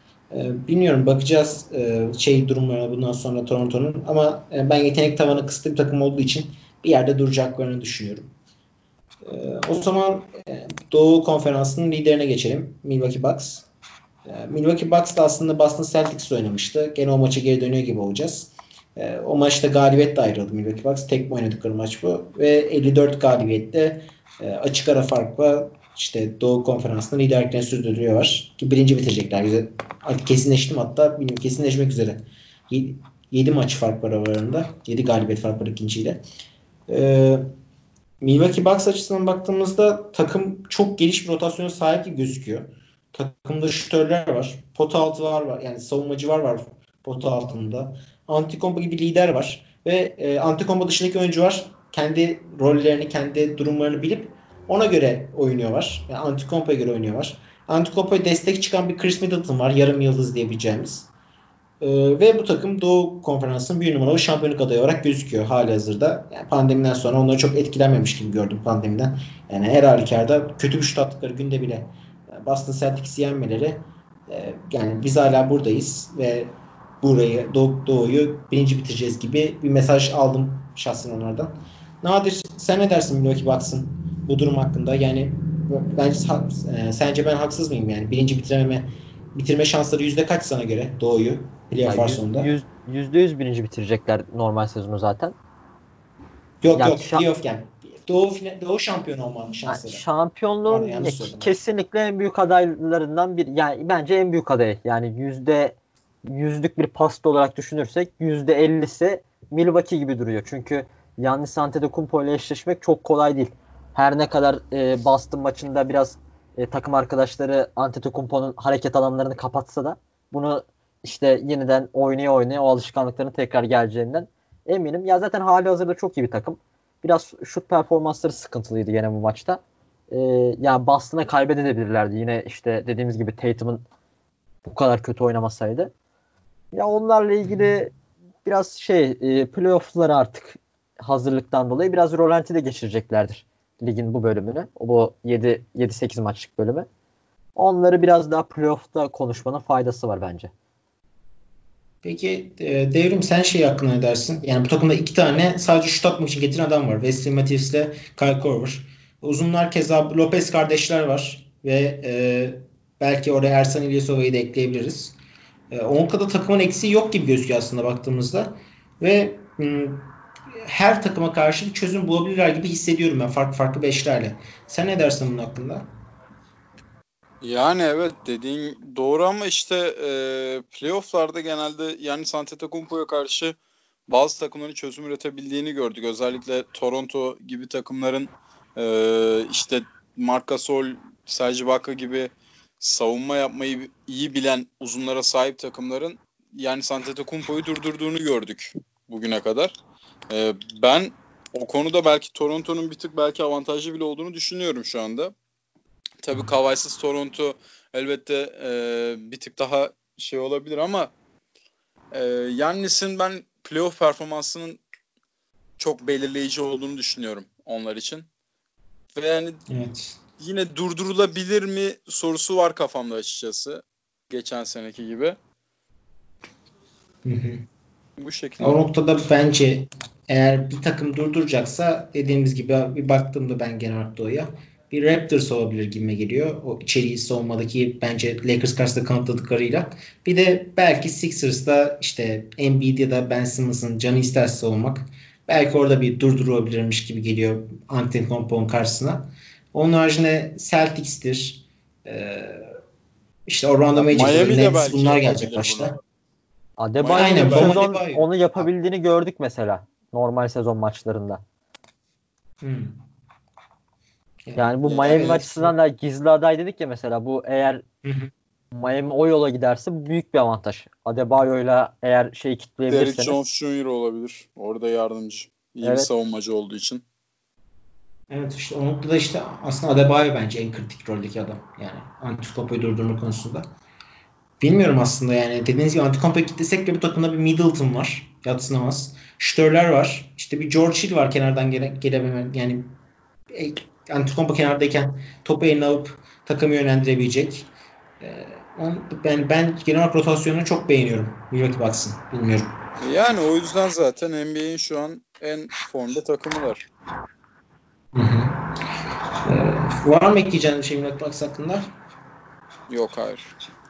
E, bilmiyorum bakacağız e, şey durumlarına bundan sonra Toronto'nun ama e, ben yetenek tavanı kısıtlı bir takım olduğu için bir yerde duracaklarını düşünüyorum. E, o zaman e, Doğu Konferansı'nın liderine geçelim. Milwaukee Bucks. E, Milwaukee Bucks da aslında Boston Celtics oynamıştı. Gene o maça geri dönüyor gibi olacağız. E, o maçta galibiyetle ayrıldı Milwaukee Bucks. Tek mi oynadıkları maç bu. Ve elli dört galibiyette e, açık ara farkla işte Doğu Konferansı'nda liderliklerini sürdürüyorlar. Ki birinci bitirecekler. Güzel. Kesinleştim hatta. Bilmiyorum, kesinleşmek üzere. yedi maç fark var aralarında. yedi galibiyet fark var ikinciyle. E, Milwaukee Bucks açısından baktığımızda takım çok geniş bir rotasyona sahip gibi gözüküyor. Takımda şütörler var. Pot altılar var. Yani savunmacılar var pot altında. Antetokounmpo gibi lider var. Ve e, Antetokounmpo dışındaki oyuncular kendi rollerini, kendi durumlarını bilip ona göre oynuyorlar. Yani Antetokounmpo'ya göre oynuyorlar. Antetokounmpo'ya destek çıkan bir Chris Middleton var. Yarım yıldız diyebileceğimiz. Ee, ve bu takım Doğu Konferansı'nın bir numaralı şampiyonluk adayı olarak gözüküyor hali hazırda. Yani pandemiden sonra onları çok etkilenmemiş gibi gördüm pandemiden. Yani her halükarda kötü bir şut attıkları günde bile Boston Celtics'i yenmeleri e, yani biz hala buradayız ve burayı Doğu, Doğu'yu birinci bitireceğiz gibi bir mesaj aldım şahsen onlardan. Nadir sen ne dersin Milwaukee Bucks'ın bu durum hakkında? Yani bence e, sence ben haksız mıyım yani birinci bitirememe bitirme şansları yüzde kaç sana göre Doğu'yu playoff sonunda? yüzde yüz birinci bitirecekler normal sezonu zaten. Yok yani yok şa- playoff yani. Doğu, Doğu şampiyon olmanın şansları. Yani şampiyonluğun ya, kesinlikle en büyük adaylarından bir. Yani bence en büyük aday. Yani yüzde yüzlük bir pasta olarak düşünürsek yüzde ellisi Milwaukee gibi duruyor. Çünkü Giannis Antetokounmpo ile eşleşmek çok kolay değil. Her ne kadar e, Boston maçında biraz e, takım arkadaşları Antetokounmpo'nun hareket alanlarını kapatsa da bunu işte yeniden oynaya oynaya o alışkanlıkların tekrar geleceğinden eminim. Ya zaten hali hazırda çok iyi bir takım. Biraz şut performansları sıkıntılıydı yine bu maçta. Ee, yani Boston'a kaybedebilirlerdi. Yine işte dediğimiz gibi Tatum'un bu kadar kötü oynamasaydı. Ya onlarla ilgili biraz şey e, playoff'ları artık hazırlıktan dolayı biraz rolanti de geçireceklerdir ligin bu bölümünü. O bu yedi sekiz maçlık bölümü. Onları biraz daha playoff'ta konuşmanın faydası var bence. Peki e, Devrim sen şey hakkında ne dersin? Yani bu takımda iki tane sadece şut atmak için getiren adam var. Wesley Matthews ile Kyle Korver. Uzunlar keza Lopez kardeşler var. Ve e, belki oraya Ersan İlyasova'yı da ekleyebiliriz. E, o noktada takımın eksiği yok gibi gözüküyor aslında baktığımızda. Ve m, her takıma karşı bir çözüm bulabilirler gibi hissediyorum ben farklı farklı beşlerle. Sen ne dersin bunun hakkında? Yani evet dediğin doğru ama işte e, playoff'larda genelde yani Antetokounmpo'ya karşı bazı takımların çözüm üretebildiğini gördük. Özellikle Toronto gibi takımların e, işte Marc Gasol, Serge Ibaka gibi savunma yapmayı iyi bilen uzunlara sahip takımların yani Antetokounmpo'yu durdurduğunu gördük bugüne kadar. E, ben o konuda belki Toronto'nun bir tık belki avantajlı bile olduğunu düşünüyorum şu anda. Tabii Kawhi'siz Toronto elbette e, bir tık daha şey olabilir ama e, Giannis'in ben playoff performansının çok belirleyici olduğunu düşünüyorum onlar için. Ve yani Evet. yine durdurulabilir mi sorusu var kafamda açıkçası. Geçen seneki gibi. Hı hı. Bu şekilde. O noktada bence eğer bir takım durduracaksa dediğimiz gibi bir baktığımda ben genel olarak doğuya bir Raptors olabilir gibime geliyor. O içeriği savunmadaki bence Lakers karşısında kanıtladıklarıyla. Bir de belki Sixers'da işte Embiid ya da Ben Simmons'ın canı isterse savunmak. Belki orada bir durdurulabilirmiş gibi geliyor Antetokounmpo'nun karşısına. Onun haricinde Celtics'tir. Ee, işte Orlando Magic'tir, Miami de Nets belki bunlar gelecek yapabilir başta. bunu. Adebayo'nun Aynen, bu Bam sezon Adebayo. onu yapabildiğini gördük mesela. Normal sezon maçlarında. Hmm. Yani bu Yani Miami açısından da gizli aday dedik ya mesela. Bu eğer Hı hı. Miami o yola giderse bu büyük bir avantaj. Adebayo'yla eğer şeyi Derek kitleyebilirseniz. Jones Junior olabilir. Orada yardımcı. İyi bir Evet. savunmacı olduğu için. Evet, işte o noktada işte aslında Adebayo bence en kritik roldeki adam. Yani Antetokounmpo'yu durdurma konusunda. Bilmiyorum aslında yani. Dediğiniz gibi Antetokounmpo'yu kitlesek de bu takımda bir Middleton var. Yadsınamaz. Störler var. İşte bir George Hill var kenardan gele, gelememen. Yani e, Antetokounmpo kenardayken topu eline alıp takımı yönlendirebilecek. Ee, on, ben, ben genel olarak rotasyonunu çok beğeniyorum. Milwaukee Bucks'ın. Bilmiyorum. Yani o yüzden zaten N B A'in şu an en formda takımılar. Hı hı. Ee, var mı ekleyeceğiniz bir şey Milwaukee Bucks hakkında? Yok hayır.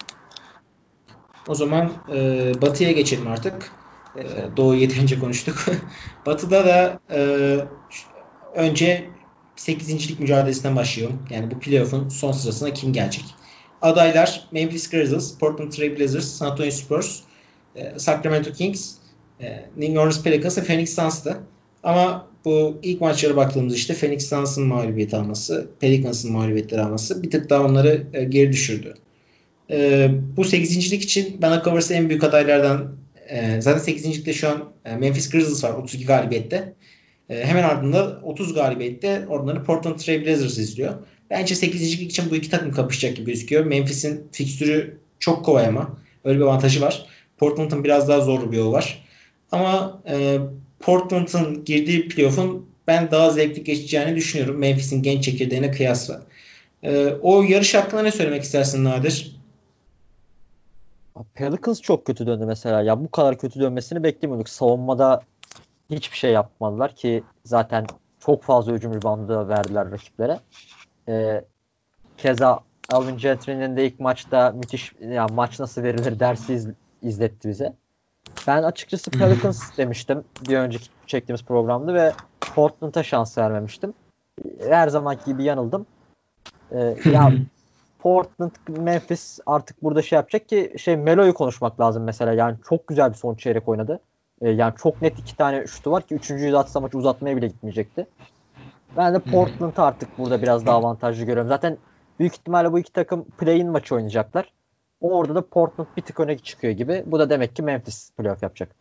O zaman e, Batı'ya geçelim artık. E, Doğu'yu yeterince konuştuk. Batı'da da e, önce sekizincilik mücadelesinden başlayalım. Yani bu playoff'un son sırasına kim gelecek? Adaylar Memphis Grizzlies, Portland Trail Blazers, San Antonio Spurs, e, Sacramento Kings, e, New Orleans Pelicans ve Phoenix Suns'tı. Ama bu ilk maçlara baktığımızda işte Phoenix Suns'ın mağlubiyet alması, Pelicans'ın mağlubiyetleri alması bir tık daha onları e, geri düşürdü. Ee, bu sekizincilik için bana kalırsa en büyük adaylardan e, zaten sekizincilikte şu an e, Memphis Grizzlies var otuz iki galibiyette. E, hemen ardında otuz galibiyette onları Portland Trail Blazers izliyor. Bence sekizincilik için bu iki takım kapışacak gibi gözüküyor. Memphis'in fikstürü çok kolay ama öyle bir avantajı var. Portland'ın biraz daha zorlu bir yolu var. Ama e, Portland'ın girdiği playoff'un ben daha zevkli geçeceğini düşünüyorum. Memphis'in genç çekirdeğine kıyasla. E, o yarış hakkında ne söylemek istersin Nadir? Pelicans çok kötü döndü mesela. Ya bu kadar kötü dönmesini beklemiyorduk. Savunmada hiçbir şey yapmadılar ki zaten çok fazla hücum ribandı verdiler rakiplere. Ee, keza Alvin Gentry'nin de ilk maçta müthiş ya maç nasıl verilir dersi iz, izletti bize. Ben açıkçası Pelicans demiştim bir önceki çektiğimiz programda ve Portland'a şans vermemiştim. Her zamanki gibi yanıldım. Ee, ya Portland, Memphis artık burada şey yapacak ki şey Melo'yu konuşmak lazım mesela. Yani çok güzel bir son çeyrek oynadı. E, yani çok net iki tane şutu var ki üçüncüyü de atsa maç uzatmaya bile gitmeyecekti. Ben de Portland'ı artık burada biraz daha avantajlı görüyorum. Zaten büyük ihtimalle bu iki takım play-in maçı oynayacaklar. Orada da Portland bir tık öne çıkıyor gibi. Bu da demek ki Memphis playoff yapacak.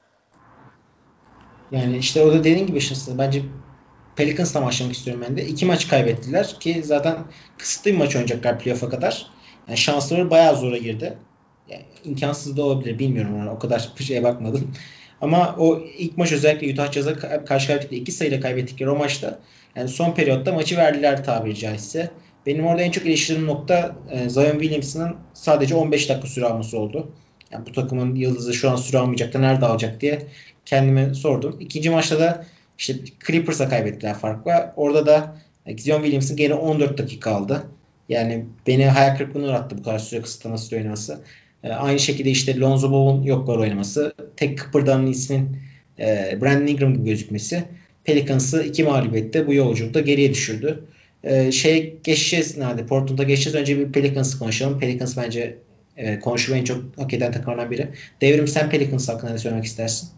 Yani işte o da dediğin gibi şimdi bence Pelicans'la başlamak istiyorum ben de. İki maç kaybettiler ki zaten kısıtlı bir maç oynayacaklar playoff'a kadar. Yani şansları bayağı zora girdi. Yani imkansız da olabilir bilmiyorum. Yani o kadar bir şeye bakmadım. Ama o ilk maç özellikle Utah Jazz'a karşı kaybettikleri iki sayıyla kaybettikleri o maçta yani son periyotta maçı verdiler tabiri caizse. Benim orada en çok eleştirdiğim nokta e, Zion Williamson'ın sadece on beş dakika süre alması oldu. Yani bu takımın yıldızı şu an süre almayacak da nerede alacak diye kendime sordum. İkinci maçta da işte Clippers'a kaybettiler farkla. Orada da Zion Williamson geri on dört dakika aldı. Yani beni hayal kırıklığına uğrattı bu kadar süre kısıtlaması oynaması. E, aynı şekilde işte Lonzo Ball'un yoklar oynaması. Tek kıpırdanan ismin e, Brandon Ingram gibi gözükmesi. Pelicans'ı iki mağlubiyette bu yolculukta geriye düşürdü. E, şey geçeceğiz nerede? Portland'a geçeceğiz. Önce bir Pelicans'ı konuşalım. Pelicans bence e, konuşmayı en çok hak eden takımlardan biri. Devrim sen Pelicans hakkında ne söylemek istersin?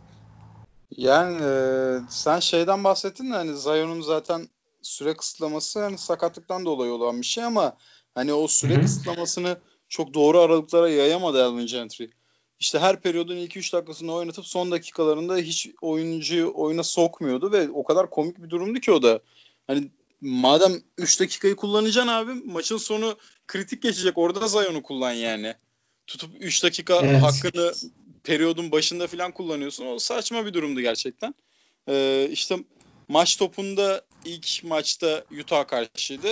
Yani e, sen şeyden bahsettin de hani Zion'un zaten süre kısıtlaması hani sakatlıktan dolayı olan bir şey ama hani o süre Hı-hı. kısıtlamasını çok doğru aralıklara yayamadı Alvin Gentry. İşte her periyodun ilk üç dakikasını oynatıp son dakikalarında hiç oyuncuyu oyuna sokmuyordu ve o kadar komik bir durumdu ki o da. Hani madem üç dakikayı kullanacaksın abi maçın sonu kritik geçecek orada Zion'u kullan yani. Tutup üç dakika Evet. hakkını periyodun başında falan kullanıyorsun. O saçma bir durumdu gerçekten. Ee, işte maç topunda ilk maçta Utah karşıydı.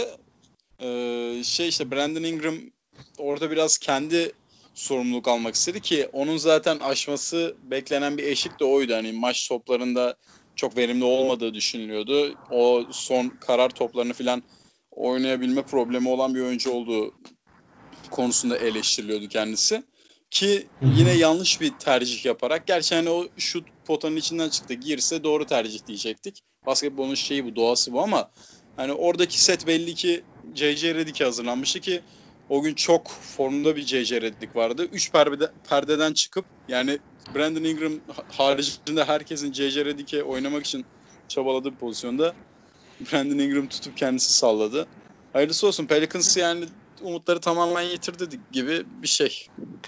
Ee, şey işte Brandon Ingram orada biraz kendi sorumluluk almak istedi ki onun zaten aşması beklenen bir eşik de oydu. Hani maç toplarında çok verimli olmadığı düşünülüyordu. O son karar toplarını falan oynayabilme problemi olan bir oyuncu olduğu konusunda eleştiriliyordu kendisi. Ki yine yanlış bir tercih yaparak gerçi hani o şut potanın içinden çıktı. Girse doğru tercih diyecektik. Basketbolun şeyi bu, doğası bu ama hani oradaki set belli ki J J Redick'e hazırlanmıştı ki o gün çok formda bir J J Redick vardı. Üç perde, perdeden çıkıp yani Brandon Ingram haricinde herkesin J J Redick'e oynamak için çabaladığı bir pozisyonda Brandon Ingram tutup kendisi salladı. Hayırlısı olsun. Pelicans yani umutları tamamen yitirdi gibi bir şey.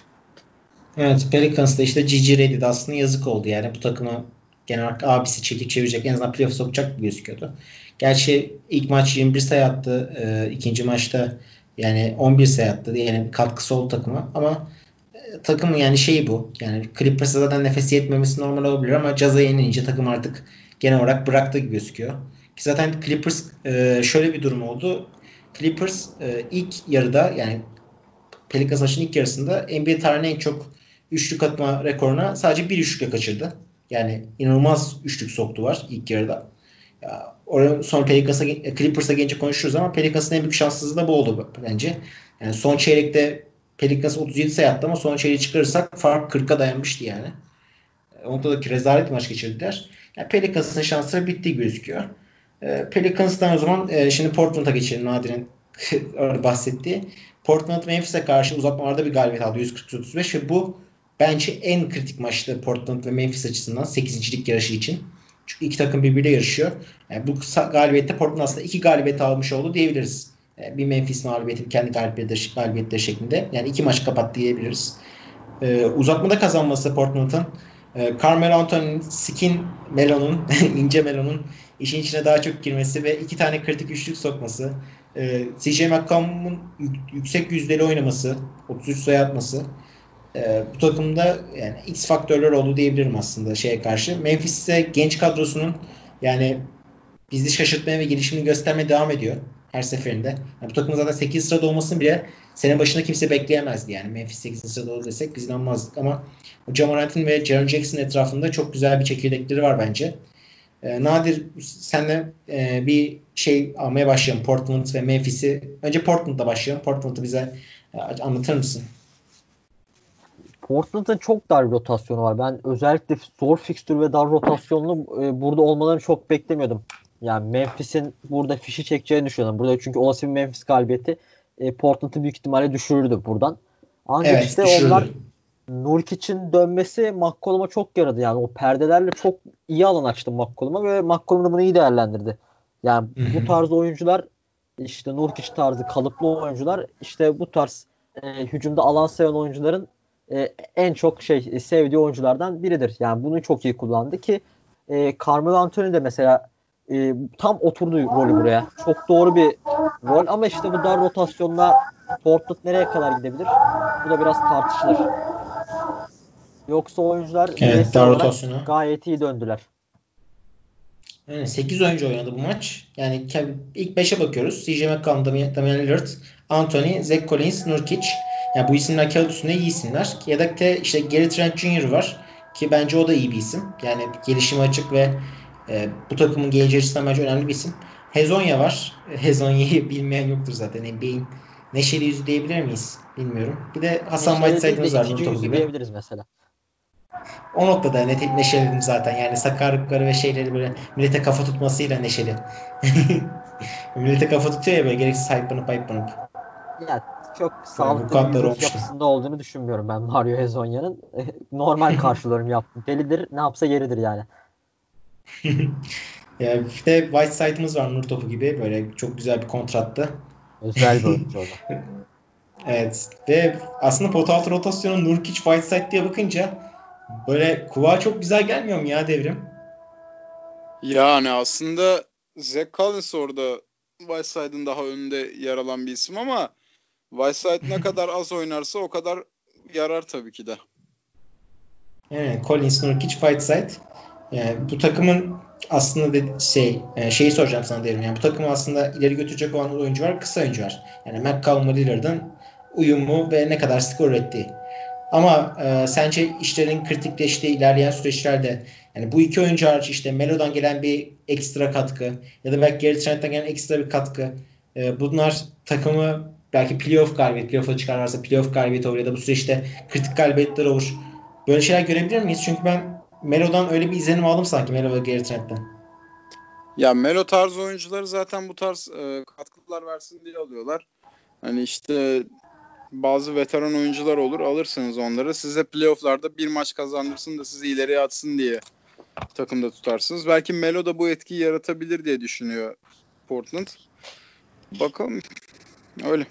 Evet, Pelicans'da işte Gigi Reddy'de aslında yazık oldu yani bu takımı genel olarak abisi çekip çevirecek en azından playoff sokacak gibi gözüküyordu. Gerçi ilk maç yirmi bir sayı attı. E, ikinci maçta yani on bir sayı attı. Yani katkısı oldu takıma ama e, takımın yani şeyi bu. Yani Clippers'a zaten nefes yetmemesi normal olabilir ama Jazz'a yenilince takım artık genel olarak bıraktı gibi gözüküyor. Ki zaten Clippers e, şöyle bir durum oldu. Clippers e, ilk yarıda yani Pelicans maçının ilk yarısında N B A tarihinin en çok üçlük atma rekoruna sadece bir üçlükle kaçırdı. Yani inanılmaz üçlük soktu var ilk yarıda. Ya, oraya sonra Pelicans'a, Clippers'a gelince konuşuruz ama Pelicans'ın en büyük şanssızlığı da bu oldu bence. Yani son çeyrekte Pelicans otuz yedi sayı attı ama son çeyreği çıkarırsak fark kırka dayanmıştı yani. Onda da rezalet bir maç geçirdiler. Yani Pelicans'ın şansları bitti gözüküyor. Pelicans'tan o zaman şimdi Portland'a geçelim Nadir'in bahsettiği. Portland Memphis'e karşı uzatmalarda bir galibiyet aldı yüz kırk otuz beş ve bu bence en kritik maçtı Portland ve Memphis açısından sekizincilik yarışı için. Çünkü iki takım birbiriyle yarışıyor. Yani bu galibiyette Portland aslında iki galibiyet almış oldu diyebiliriz. Yani bir Memphis mağlubiyeti kendi galibiyetleri, galibiyetleri şeklinde. Yani iki maç kapattı diyebiliriz. Ee, uzatmada kazanması Portland'ın e, Carmelo Anthony'nin Skin Melo'nun ince Melo'nun işin içine daha çok girmesi ve iki tane kritik üçlük sokması, e, C J McCollum'un yüksek yüzdeli oynaması, otuz üç sayı atması e, bu takımda yani X faktörler oldu diyebilirim aslında şeye karşı. Memphis'te genç kadrosunun yani bizi şaşırtmaya ve gelişimini göstermeye devam ediyor her seferinde. Yani bu takımın zaten sekizinci sırada olmasını bile sene başında kimse bekleyemezdi yani. Memphis sekizinci sırada olur desek biz inanmazdık ama Ja Morant'in ve Jaren Jackson etrafında çok güzel bir çekirdekleri var bence. Ee, Nadir senle e, bir şey almaya başlayalım. Portland ve Memphis'i. Önce Portland'da başlayalım. Portland'ı bize e, anlatır mısın? Portland'ın çok dar bir rotasyonu var. Ben özellikle zor fikstür ve dar rotasyonlu e, burada olmalarını çok beklemiyordum. Yani Memphis'in burada fişi çekeceğini düşünüyorum. Burada çünkü olası bir Memphis galibiyeti e, Portland'ı büyük ihtimalle düşürürdü buradan. Ancak Evet, işte düşürdü. onlar Nurkic'in dönmesi McCollum'a çok yaradı yani. O perdelerle çok iyi alan açtı McCollum'a ve McCollum da bunu iyi değerlendirdi. Yani Hı bu hı. tarz oyuncular, işte Nurkic tarzı kalıplı oyuncular, işte bu tarz e, hücumda alan sayan oyuncuların e, en çok şey e, sevdiği oyunculardan biridir. Yani bunu çok iyi kullandı ki e, Carmelo Anthony de mesela e, tam oturdu rolü buraya. Çok doğru bir rol ama işte bu dar rotasyonla Portland nereye kadar gidebilir? Bu da biraz tartışılır. Yoksa oyuncular Evet, bireysel dar olarak rotasyonu. gayet iyi döndüler. Yani sekiz oyuncu oynadı bu maç. Yani ke- ilk beşe bakıyoruz. C J McCollum, Damian Damian Lillard, Anthony, Zach Collins, Nurkic. Yani bu isimler kağıt üstünde iyi isimler. Yedekte işte Gary Trent Junior var. Ki bence o da iyi bir isim. Yani gelişime açık ve e, bu takımın geleceği açısından bence önemli bir isim. Hezonya var. Hezonya'yı bilmeyen yoktur zaten. N B A'in neşeli yüzü diyebilir miyiz? Bilmiyorum. Bir de Hasan Neşeli değil de Whiteside'ımız var itici Nur topu yüzü gibi. diyebiliriz mesela. O noktada net neşeliydim zaten. Yani sakarlıkları ve şeyleri böyle millete kafa tutmasıyla neşeli. Millete kafa tutuyor ya böyle gereksiz hype'lanıp hype'lanıp. Yani çok Böyle sağlıklı bir vukuatlar vücut olmuştu. yapısında olduğunu düşünmüyorum ben Mario Hezonya'nın. Normal karşılıyorum yaptım. Delidir, ne yapsa yeridir yani. Ya bir de Whiteside'ımız var Nur topu gibi. Böyle çok güzel bir kontrattı. Özel bir oyuncu o da. Evet. Ve aslında pot altı rotasyonu Nurkic Whiteside diye bakınca böyle kulağa çok güzel gelmiyor mu ya Devrim? Yani aslında Zach Collins orada Whiteside'ın daha önünde yer alan bir isim ama Whiteside ne kadar az oynarsa o kadar yarar tabii ki de. Evet, Collins, Nurkic, Whiteside. Yani bu takımın aslında de şey e, şeyi soracağım sana derim. Yani bu takımı aslında ileri götürecek olan oyuncu var, kısa oyuncu var. Yani McCollum ve Lillard'ın uyumu ve ne kadar skor ürettiği. Ama e, sence işlerin kritikleştiği ilerleyen süreçlerde yani bu iki oyuncu hariç işte Melo'dan gelen bir ekstra katkı ya da belki Gary Trent'ten gelen ekstra bir katkı e, bunlar takımı belki playoff galibiyet, playoff'a çıkarlarsa playoff galibiyeti olur ya da bu süreçte kritik galibiyetler olur. Böyle şeyler görebilir miyiz? Çünkü ben Melo'dan öyle bir izlenim aldım sanki Melo ve Gary Trent'ten. Ya Melo tarzı oyuncuları zaten bu tarz e, katkılar versin diye alıyorlar. Hani işte bazı veteran oyuncular olur, alırsınız onları. Size playoff'larda bir maç kazandırsın da sizi ileriye atsın diye takımda tutarsınız. Belki Melo da bu etkiyi yaratabilir diye düşünüyor Portland. Bakalım. Öyle.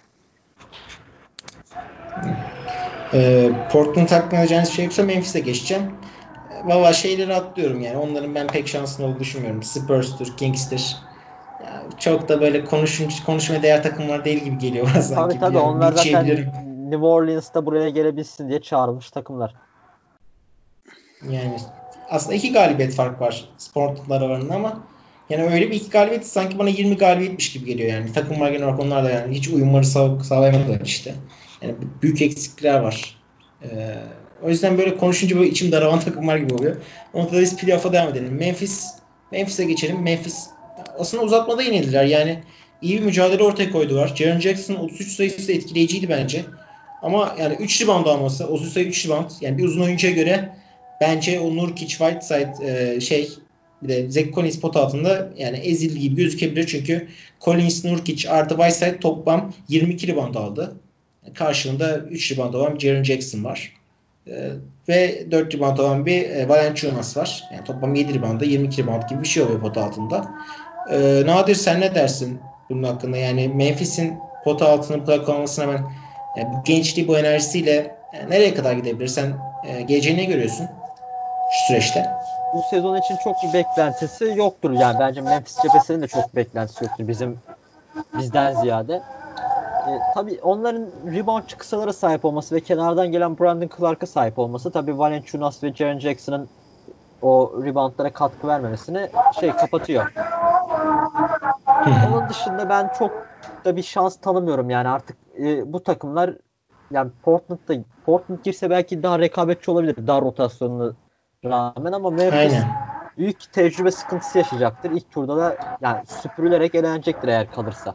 Ee, Portland hakkında diyeceğiniz bir şey yoksa Memphis'e geçeceğim. Valla şeyleri atlıyorum yani. Onların ben pek şanslı olduğunu düşünmüyorum. Spurs'tur, Kings'tir. Ya çok da böyle konuşun, konuşmaya değer takımlar değil gibi geliyor bana Tabii sanki. tabii Yani onlar bir şey zaten bilirim. New Orleans'ta buraya gelebilsin diye çağrılmış takımlar. Yani aslında iki galibiyet fark var Portland'lar aralarında ama yani öyle bir iki galibiyet sanki bana yirmi galibiyetmiş gibi geliyor yani. Takımlar genel olarak onlar da yani hiç uyumları sağ, sağlayamadılar işte. Yani büyük eksiklikler var. Ee, o yüzden böyle konuşunca böyle içim daralan takımlar gibi oluyor. Ondan da biz playoff'a devam edelim. Memphis, Memphis'e geçelim. Memphis aslında uzatmada yenildiler. Yani iyi bir mücadele ortaya koydular. Jaren Jackson'ın otuz üç sayısı etkileyiciydi bence. Ama yani üç rebound alması, otuz üç sayı üç rebound yani bir uzun oyuncuya göre bence o Nurkic, Whiteside e, şey bir de Zach Collins pot altında yani ezildi gibi gözükebilir. Çünkü Collins, Nurkic artı Whiteside toplam yirmi iki rebound aldı. Karşılığında üç rebound olan bir Jaren Jackson var. E, ve dört rebound olan bir e, Valanciunas var. Yani toplam yedi reboundda yirmi iki rebound gibi bir şey oluyor pot altında. E, Nadir sen ne dersin bunun hakkında? Yani Memphis'in pot altını bırakılmasına ben yani bu gençliği bu enerjisiyle yani nereye kadar gidebilir? Sen e, geleceğini ne görüyorsun şu süreçte? Bu sezon için çok bir beklentisi yoktur. Yani bence Memphis cephesinin de çok beklentisi yoktur bizim bizden ziyade. E, tabii onların reboundçı kısalara sahip olması ve kenardan gelen Brandon Clark'a sahip olması tabii Valanciunas ve Jaren Jackson'ın o reboundlara katkı vermemesini şey kapatıyor. Onun dışında ben çok da bir şans tanımıyorum yani artık e, bu takımlar yani Portland'da Portland girse belki daha rekabetçi olabilir dar rotasyonuna rağmen ama Memphis Aynen. büyük tecrübe sıkıntısı yaşayacaktır. İlk turda da yani süpürülerek elenecektir eğer kalırsa.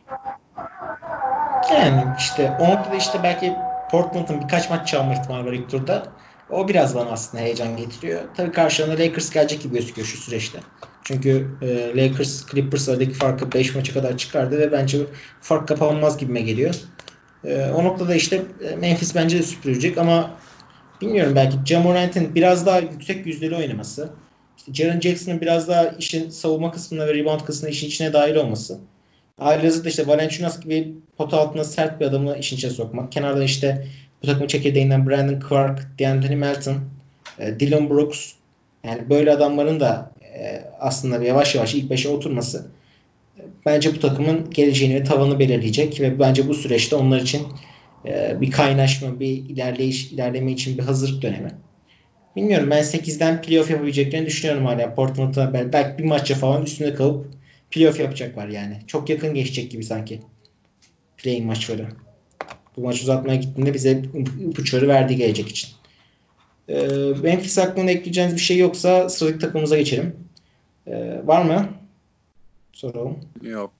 Yani işte o noktada işte belki Portland'ın birkaç maç çalma ihtimali var ilk turda. O biraz bana aslında heyecan getiriyor. Tabii karşılığında Lakers gelecek gibi gözüküyor şu süreçte. Çünkü e, Lakers Clippers arasındaki farkı beş maça kadar çıkardı ve bence fark kapanmaz gibime geliyor. E, o noktada işte e, Memphis bence de süpürecek ama bilmiyorum, belki Ja Morant'in biraz daha yüksek yüzdeli oynaması. İşte Jaren Jackson'ın biraz daha işin savunma kısmına ve rebound kısmına işin içine dahil olması. Halihazırda işte Valanciunas gibi pota altında sert bir adamı işin içine sokmak. Kenardan işte bu takımın çekirdeğinden Brandon Clark, D'Anthony Melton, e, Dillon Brooks, yani böyle adamların da e, aslında yavaş yavaş ilk beşe oturması e, bence bu takımın geleceğini ve tavanı belirleyecek ve bence bu süreçte onlar için e, bir kaynaşma, bir ilerleyiş, ilerleme için bir hazırlık dönemi. Bilmiyorum, ben sekizden playoff yapabileceklerini düşünüyorum hala. Portland'a belki bir maçça falan üstünde kalıp playoff yapacaklar yani. Çok yakın geçecek gibi sanki play-in maçları. Bu maç uzatmaya gittiğinde bize ipuçları verdiği gelecek için. Ee, Memphis hakkında ekleyeceğiniz bir şey yoksa sıradaki takımımıza geçelim. Ee, var mı? Soralım. Yok.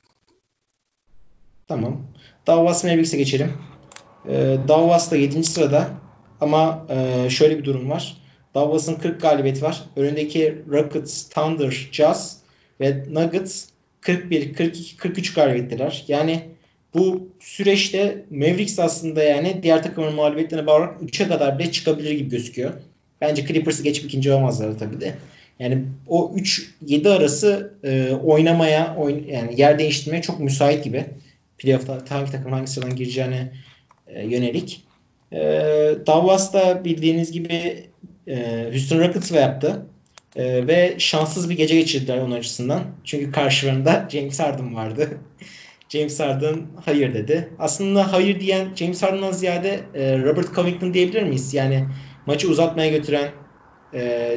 Tamam. Dallas Mavericks'e geçelim. Ee, Dallas da yedinci sırada ama e, şöyle bir durum var. Dallas'ın kırk galibiyeti var. Önündeki Rockets, Thunder, Jazz ve Nuggets kırk bir, kırk iki, kırk üç galibiyetteler. Yani bu süreçte Mavericks aslında yani diğer takımın mağlubiyetlerine bağlı üçe kadar bile çıkabilir gibi gözüküyor. Bence Clippers'ı geçip ikinci olamazlar tabii de. Yani o üç yedi arası e, oynamaya, oyn yani yer değiştirmeye çok müsait gibi. Playoff'ta hangi takım hangi sıradan gireceğine e, yönelik. E, Dallas'ta bildiğiniz gibi e, Houston Rockets'la yaptı. E, ve şanssız bir gece geçirdiler onun açısından. Çünkü karşılarında James Harden vardı. James Harden hayır dedi. Aslında hayır diyen James Harden'dan ziyade e, Robert Covington diyebilir miyiz? Yani maçı uzatmaya götüren e,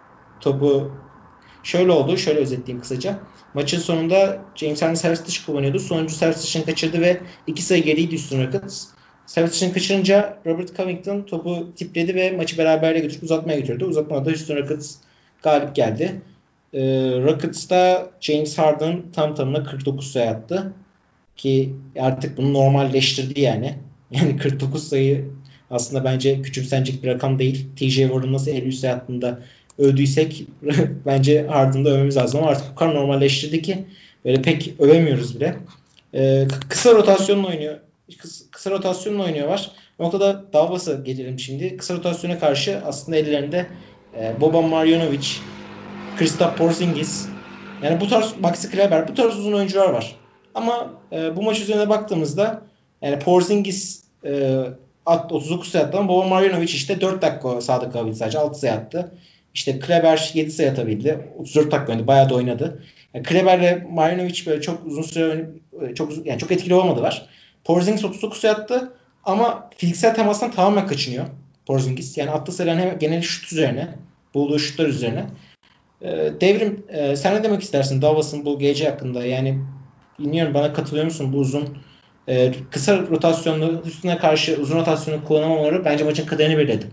topu şöyle oldu. Şöyle özetleyeyim kısaca. Maçın sonunda James Harden servis dışı kullanıyordu. Sonuncu servis dışını kaçırdı ve iki sayı geriydi Houston Rockets. Servis dışını kaçırınca Robert Covington topu tipledi ve maçı beraberliğe götürüp uzatmaya götürdü. Uzatmada Houston Rockets galip geldi. Ee, Rockets'ta James Harden tam tamına kırk dokuz sayı attı. Ki artık bunu normalleştirdi yani. Yani kırk dokuz sayı aslında bence küçümsenecek bir rakam değil. T J Warren nasıl elli üç sayı attığında övdüysek bence Harden'da övmemiz lazım ama artık bu kadar normalleştirdi ki böyle pek övemiyoruz bile. Ee, kısa rotasyonla oynuyor. Kısa, kısa rotasyonla oynuyorlar. O noktada Dallas'a gelelim şimdi. Kısa rotasyona karşı aslında ellerinde e, Boban Marjanovic, Kristaps Porzingis, yani bu tarz Maxi Kleber, bu tarz uzun oyuncular var. Ama e, bu maç üzerine baktığımızda yani Porzingis e, otuz dokuz sayı attı ama Boban Marjanovic işte dört dakika sahada kalabildi, sadece altı sayı attı. İşte Kleber yedi sayı atabildi. otuz dört dakika oynadı. Bayağı da oynadı. Yani Kleber'le Marjanovic böyle çok uzun süre çok uzun, yani çok etkili olmadılar. Porzingis otuz dokuz sayı attı ama fiziksel temastan tamamen kaçınıyor Porzingis. Yani attığı sayıların hem genel şut üzerine, bulduğu şutlar üzerine. E, Devrim, e, sen ne demek istersin Dallas'ın bu gece hakkında? Yani bilmiyorum, bana katılıyor musun bu uzun e, kısa rotasyonlu üstüne karşı uzun rotasyonu kullanamamaları bence maçın kaderini belirledi.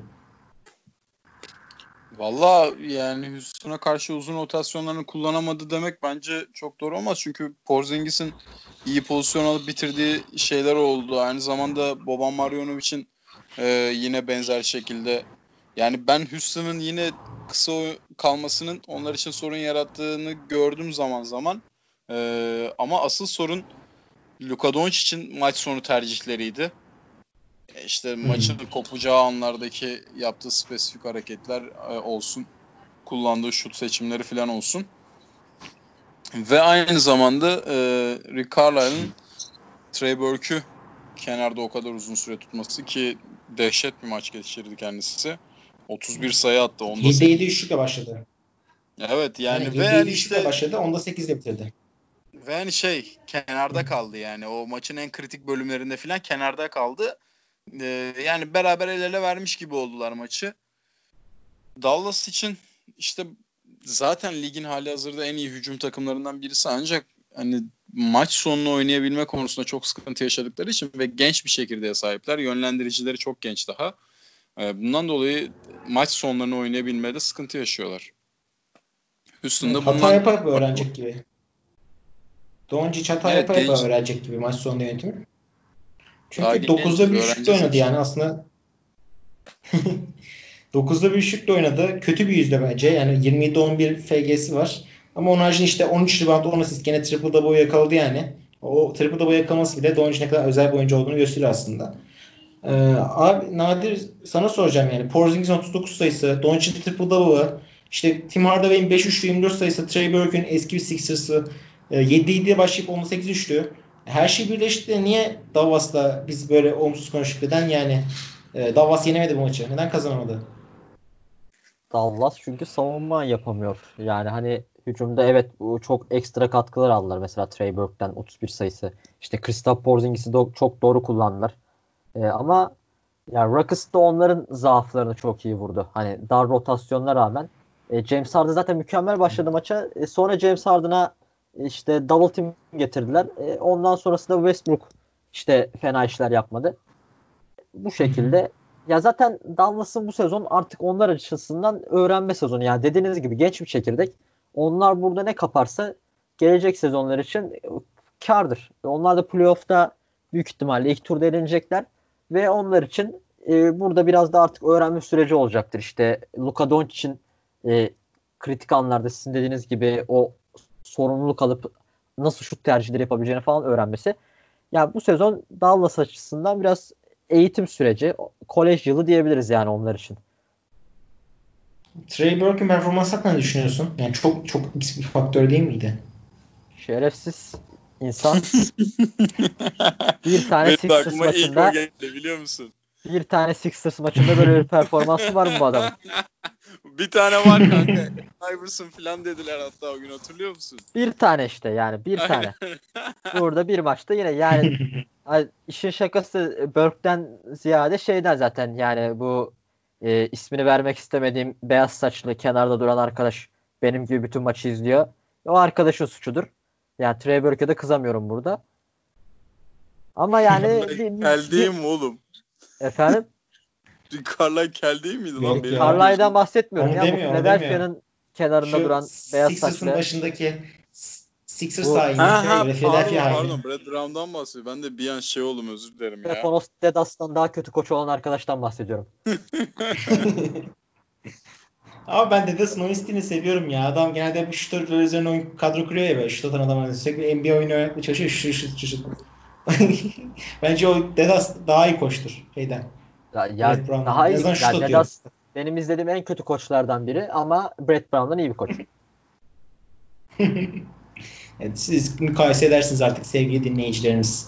Valla yani Houston'a karşı uzun rotasyonlarını kullanamadı demek bence çok doğru olmaz. Çünkü Porzingis'in iyi pozisyon alıp bitirdiği şeyler oldu. Aynı zamanda Boban Marjanovic'in e, yine benzer şekilde. Yani ben Houston'ın yine kısa kalmasının onlar için sorun yarattığını gördüm zaman zaman. E, ama asıl sorun Luka Doncic'in maç sonu tercihleriydi. İşte maçın kopacağı anlardaki yaptığı spesifik hareketler e, olsun. Kullandığı şut seçimleri falan olsun. Ve aynı zamanda e, Rick Carlisle'ın Trey Burke'ü kenarda o kadar uzun süre tutması ki dehşet bir maç geçirdi kendisi. otuz bir sayı attı. yedi yedi üçlükle başladı. Evet yani, yani ve yani işte üçlükle başladı. onda sekizle bitirdi. Ve yani şey kenarda kaldı yani. O maçın en kritik bölümlerinde falan kenarda kaldı. Ee, yani beraber el ele vermiş gibi oldular maçı. Dallas için işte zaten ligin hali hazırda en iyi hücum takımlarından birisi, ancak hani maç sonunu oynayabilme konusunda çok sıkıntı yaşadıkları için ve genç bir çekirdeğe sahipler. Yönlendiricileri çok genç daha. Ee, bundan dolayı maç sonlarını oynayabilmede sıkıntı yaşıyorlar. Houston'da Hata bundan... yapa yapa öğrenecek gibi. Doncic hata Evet, yapa yapa genç. öğrenecek gibi maç sonunda yönetimi. Daha Çünkü dokuzda bir üçlükle oynadı yani aslında. dokuzda bir üçlükle oynadı. Kötü bir yüzde bence. Yani yirmi yedi on bir F G'si var. Ama onun haricinde işte on üç rebound on asist, gene triple double yakaladı yani. O triple double yakalaması bile Doncic'in ne kadar özel bir oyuncu olduğunu gösteriyor aslında. Ee, abi Nadir sana soracağım yani. Porzingis'in otuz dokuz sayısı, Doncic'in triple double'ı, işte Tim Hardaway'in beş üçlü yirmi dört sayısı, Trey Burke'ün eski bir Sixers'ı, e, yedi yediye başlayıp on sekiz üçlü. Her şey birleşti de niye Dallas'la biz böyle olumsuz konuştuk? Neden yani e, Dallas yenemedi bu maçı? Neden kazanamadı? Dallas çünkü savunma yapamıyor. Yani hani hücumda evet bu çok ekstra katkılar aldılar. Mesela Trey Burke'den otuz bir sayısı. İşte Kristaps Porzingis'i do- çok doğru kullandılar. Ee, ama yani Rockets da onların zaaflarını çok iyi vurdu. Hani dar rotasyonuna rağmen. E, James Harden zaten mükemmel başladı maça. E, sonra James Harden'a işte double team getirdiler. E, ondan sonrasında Westbrook işte fena işler yapmadı. Bu şekilde ya zaten Dallas'ın bu sezon artık onlar açısından öğrenme sezonu. Yani dediğiniz gibi genç bir çekirdek. Onlar burada ne kaparsa gelecek sezonlar için kârdır. Onlar da playoff'ta büyük ihtimalle ilk turda elenecekler ve onlar için e, burada biraz da artık öğrenme süreci olacaktır. İşte Luka Doncic'in e, kritik anlarda sizin dediğiniz gibi o sorumluluk alıp nasıl şut tercihleri yapabileceğini falan öğrenmesi. Ya bu sezon Dallas açısından biraz eğitim süreci, kolej yılı diyebiliriz yani onlar için. Trey Burke'ün performansı hakkında ne düşünüyorsun? Yani çok çok X bir faktör değil miydi? Şerefsiz insan bir tane Benim Sixers aklıma ilk o maçında geldi biliyor musun? bir tane Sixers maçında böyle bir performansı var mı bu adamın? Bir tane var kanka. Iverson falan dediler hatta o gün hatırlıyor musun? Bir tane işte yani bir tane. Burada bir maçta yine yani işin şakası Burke'den ziyade şeyden zaten yani bu e, ismini vermek istemediğim beyaz saçlı kenarda duran arkadaş benim gibi bütün maçı izliyor. O arkadaşın suçudur. Yani Trey Burke'e de kızamıyorum burada. Ama yani bir, Kel değil bir, mi oğlum? efendim Carlisle kel değil miydi lan? Yok Benim ya. Carlisle'dan bahsetmiyorum Onu ya. Bu demiyor, onu demiyor. Philadelphia'nın kenarında Şu duran beyaz Sixers'ın saçlı. başındaki Sixers Bu haini. Ha ha Böyle pardon Philadelphia haini. pardon Brad Brown'dan bahsediyor. Ben de bir an şey oldum özür dilerim ya. Stefanos Dedas'tan daha kötü koç olan arkadaştan bahsediyorum. Ama ben de Dedas'ın oyun stilini seviyorum ya. Adam genelde bu şutörler üzerine oyun kadro kuruyor ya böyle. Şut atan adam sürekli N B A oyunu oynatmaya çalışıyor. Şut şut şut şut. Bence o Dedas daha iyi koçtur şeyden. Ya, ya Brett Brown'dan. daha En iyi. azından Ya şut atıyor. Dedas benim izlediğim en kötü koçlardan biri ama Brett Brown'dan iyi bir koç. Evet, siz mukayese edersiniz artık sevgili dinleyicilerimiz.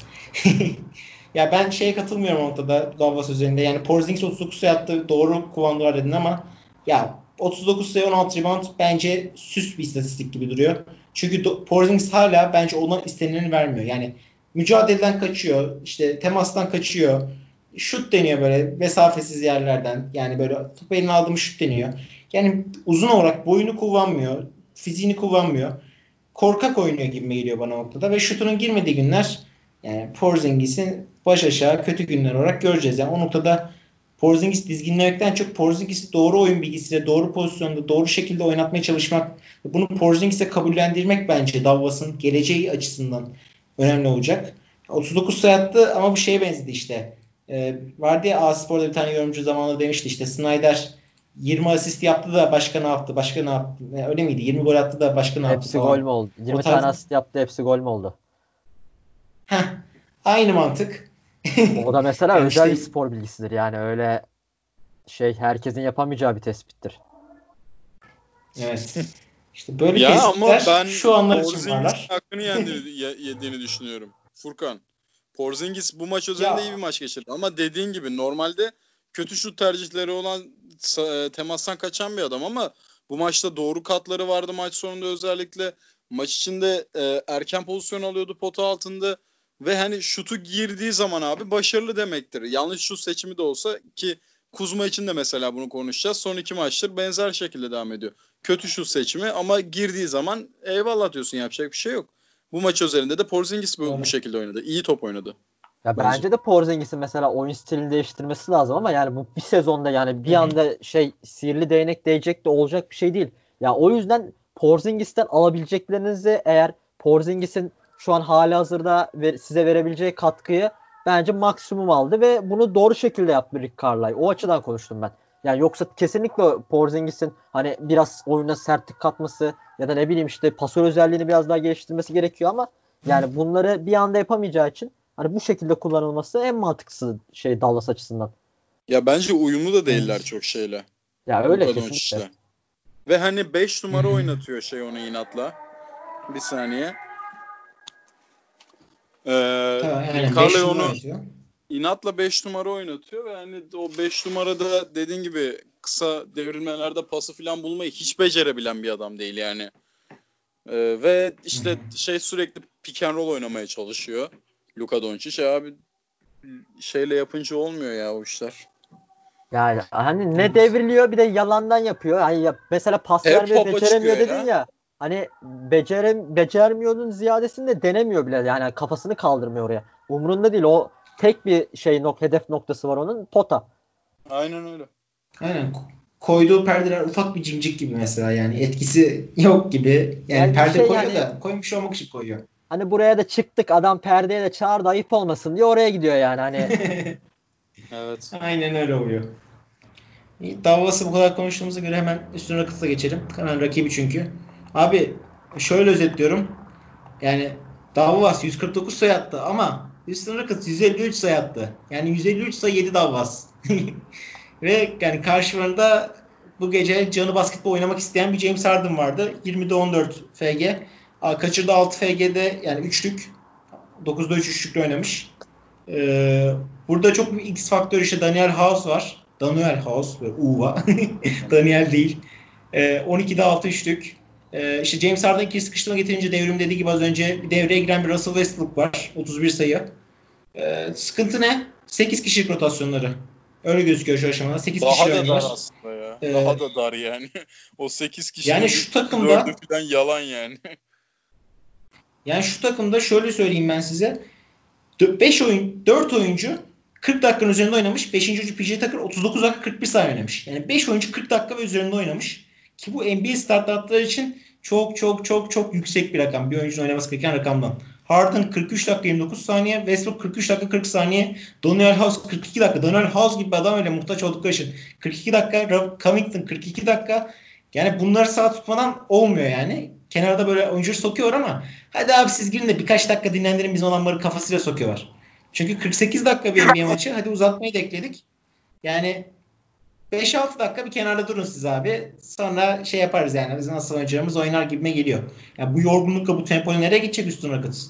Ya ben şeye katılmıyorum ortada Dallas üzerinde. Yani Porzingis otuz dokuz sayı attı. Doğru kullandılar dedin ama ya otuz dokuz sayı on altı rebound bence süs bir istatistik gibi duruyor. Çünkü Do- Porzingis hala bence ona istenileni vermiyor. Yani mücadeleden kaçıyor. İşte temastan kaçıyor. Şut deniyor böyle mesafesiz yerlerden. Yani böyle top eline aldığım şut deniyor. Yani uzun olarak boyunu kullanmıyor. Fiziğini kullanmıyor. Korkak oynuyor gibi geliyor bana noktada ve şutunun girmediği günler yani Porzingis'in baş aşağı kötü günler olarak göreceğiz. Yani o noktada Porzingis dizginlemekten çok Porzingis'i doğru oyun bilgisiyle, doğru pozisyonda, doğru şekilde oynatmaya çalışmak, bunu Porzingis'e kabullendirmek bence Dallas'ın geleceği açısından önemli olacak. otuz dokuz sayı attı ama bu şeye benzedi işte. Ee, vardı ya A-Spor'da bir tane yorumcu zamanında demişti işte Snyder yirmi asist yaptı da başka ne yaptı? Başka ne yaptı? Yani öyle miydi? yirmi gol attı da başka ne yaptı Hepsi falan. gol mü oldu? yirmi O tarz... tane asist yaptı, hepsi gol mü oldu? Heh, aynı mantık. O da mesela yani özel işte... bir spor bilgisidir. Yani öyle şey herkesin yapamayacağı bir tespittir. Evet. İşte böyle ya tespitler ama ben şu anlar için Porzingis'in varlar. hakkını yendiğini, yediğini düşünüyorum. Furkan. Porzingis bu maç özelinde Ya, iyi bir maç geçirdi. Ama dediğin gibi normalde kötü şut tercihleri olan temastan kaçan bir adam ama bu maçta doğru katları vardı maç sonunda özellikle. Maç içinde e, erken pozisyon alıyordu pota altında ve hani şutu girdiği zaman abi başarılı demektir. Yanlış şut seçimi de olsa ki Kuzma için de mesela bunu konuşacağız. Son iki maçtır benzer şekilde devam ediyor. Kötü şut seçimi ama girdiği zaman eyvallah diyorsun yapacak bir şey yok. Bu maç üzerinde de Porzingis bu, bu şekilde oynadı. İyi top oynadı. Ya bence. bence de Porzingis'in mesela oyun stilini değiştirmesi lazım ama yani bu bir sezonda yani bir anda şey sihirli değnek değecek de olacak bir şey değil. Ya o yüzden Porzingis'ten alabileceklerinizi eğer Porzingis'in şu an halihazırda ver, size verebileceği katkıyı bence maksimum aldı ve bunu doğru şekilde yaptı Rick Carlisle. O açıdan konuştum ben. Yani yoksa kesinlikle Porzingis'in hani biraz oyuna sertlik katması ya da ne bileyim işte pasör özelliğini biraz daha geliştirmesi gerekiyor ama yani bunları bir anda yapamayacağı için Hani bu şekilde kullanılması en mantıklısı şey Dallas açısından. Ya bence uyumlu da değiller çok şeyle. Ya öyle Luka kesinlikle. Doncic'le. Ve hani beş numara oynatıyor şey onu inatla. Bir saniye. Ee, Tamam, Rick aynen beş Carlisle numara onu oynatıyor. inatla beş numara oynatıyor ve hani o beş numarada dediğin gibi kısa devrilmelerde pası falan bulmayı hiç becerebilen bir adam değil yani. Ee, ve işte Hı-hı. şey sürekli pick and roll oynamaya çalışıyor. Luka Doncic şey abi şeyle yapınca olmuyor ya o işler. Yani hani ne Evet. devriliyor bir de yalandan yapıyor. Hani ya, mesela pas Hep vermeyi topa beceremiyor çıkıyor dedin ya. ya. Hani becere, beceremiyordun ziyadesinde denemiyor bile. Yani kafasını kaldırmıyor oraya. Umrunda değil. O tek bir şey nok hedef noktası var onun. Pota. Aynen öyle. Aynen. Koyduğu perdeler ufak bir cimcik gibi mesela, yani etkisi yok gibi. Yani Yani perde şey koyuyor yani da koymuş olmak için koyuyor. hani buraya da çıktık adam perdeye de çağırdı ayıp olmasın diye oraya gidiyor yani. Hani Evet. Aynen öyle oluyor. Davası bu kadar konuştuğumuza göre hemen üstüne rakıtla geçelim. Hemen rakibi çünkü. Abi şöyle özetliyorum. Yani Davas yüz kırk dokuz sayı attı ama Houston Rockets yüz elli üç sayı attı. Yani yüz elli üç sayı yedi Davas. Ve yani karşılarında bu gece canı basketbol oynamak isteyen bir James Harden vardı. yirmide on dört F G. Kaçırdı altı F G'de, yani üçlük. dokuzda üç üçlükle oynamış. Ee, burada çok bir X faktör işte Daniel House var. Daniel House ve Uva. Daniel değil. Ee, on ikide altı üçlük. Ee, işte James Harden ikili sıkıştırma getirince devrim dediği gibi az önce bir devreye giren bir Russell Westbrook var. otuz bir sayı. Ee, sıkıntı ne? sekiz kişilik rotasyonları. Öyle gözüküyor şu aşamada. sekiz Daha kişiyle da dar oynuyorlar. aslında ya. Ee, Daha da dar yani. O sekiz yani kişinin şu dördü takımda falan yalan yani. yani şu takımda şöyle söyleyeyim ben size. beş oyun, dört oyuncu kırk dakikanın üzerinde oynamış. beşinci oyuncu P J Tucker otuz dokuz dakika kırk bir saniye oynamış. Yani beş oyuncu kırk dakika ve üzerinde oynamış. Ki bu N B A standartları için çok çok çok çok yüksek bir rakam. Bir oyuncunun oynaması gereken rakamdan. Harden kırk üç dakika yirmi dokuz saniye. Westbrook kırk üç dakika kırk saniye. Daniel House kırk iki dakika. Daniel House gibi bir adam öyle muhtaç oldukları için. kırk iki dakika. Rob Covington kırk iki dakika. Yani bunları sağ tutmadan olmuyor yani. Kenarda böyle oyuncuları sokuyor ama hadi abi siz girin de birkaç dakika dinlendirin bizim adamları kafasıyla sokuyorlar. Çünkü kırk sekiz dakika bir N B A maçı. Hadi uzatmayı da ekledik. Yani beş altı dakika bir kenarda durun siz abi. Sonra şey yaparız yani. Bizim nasıl oyuncularımız oynar gibime geliyor. Yani bu yorgunlukla bu tempoyla nereye gidecek Houston Rockets?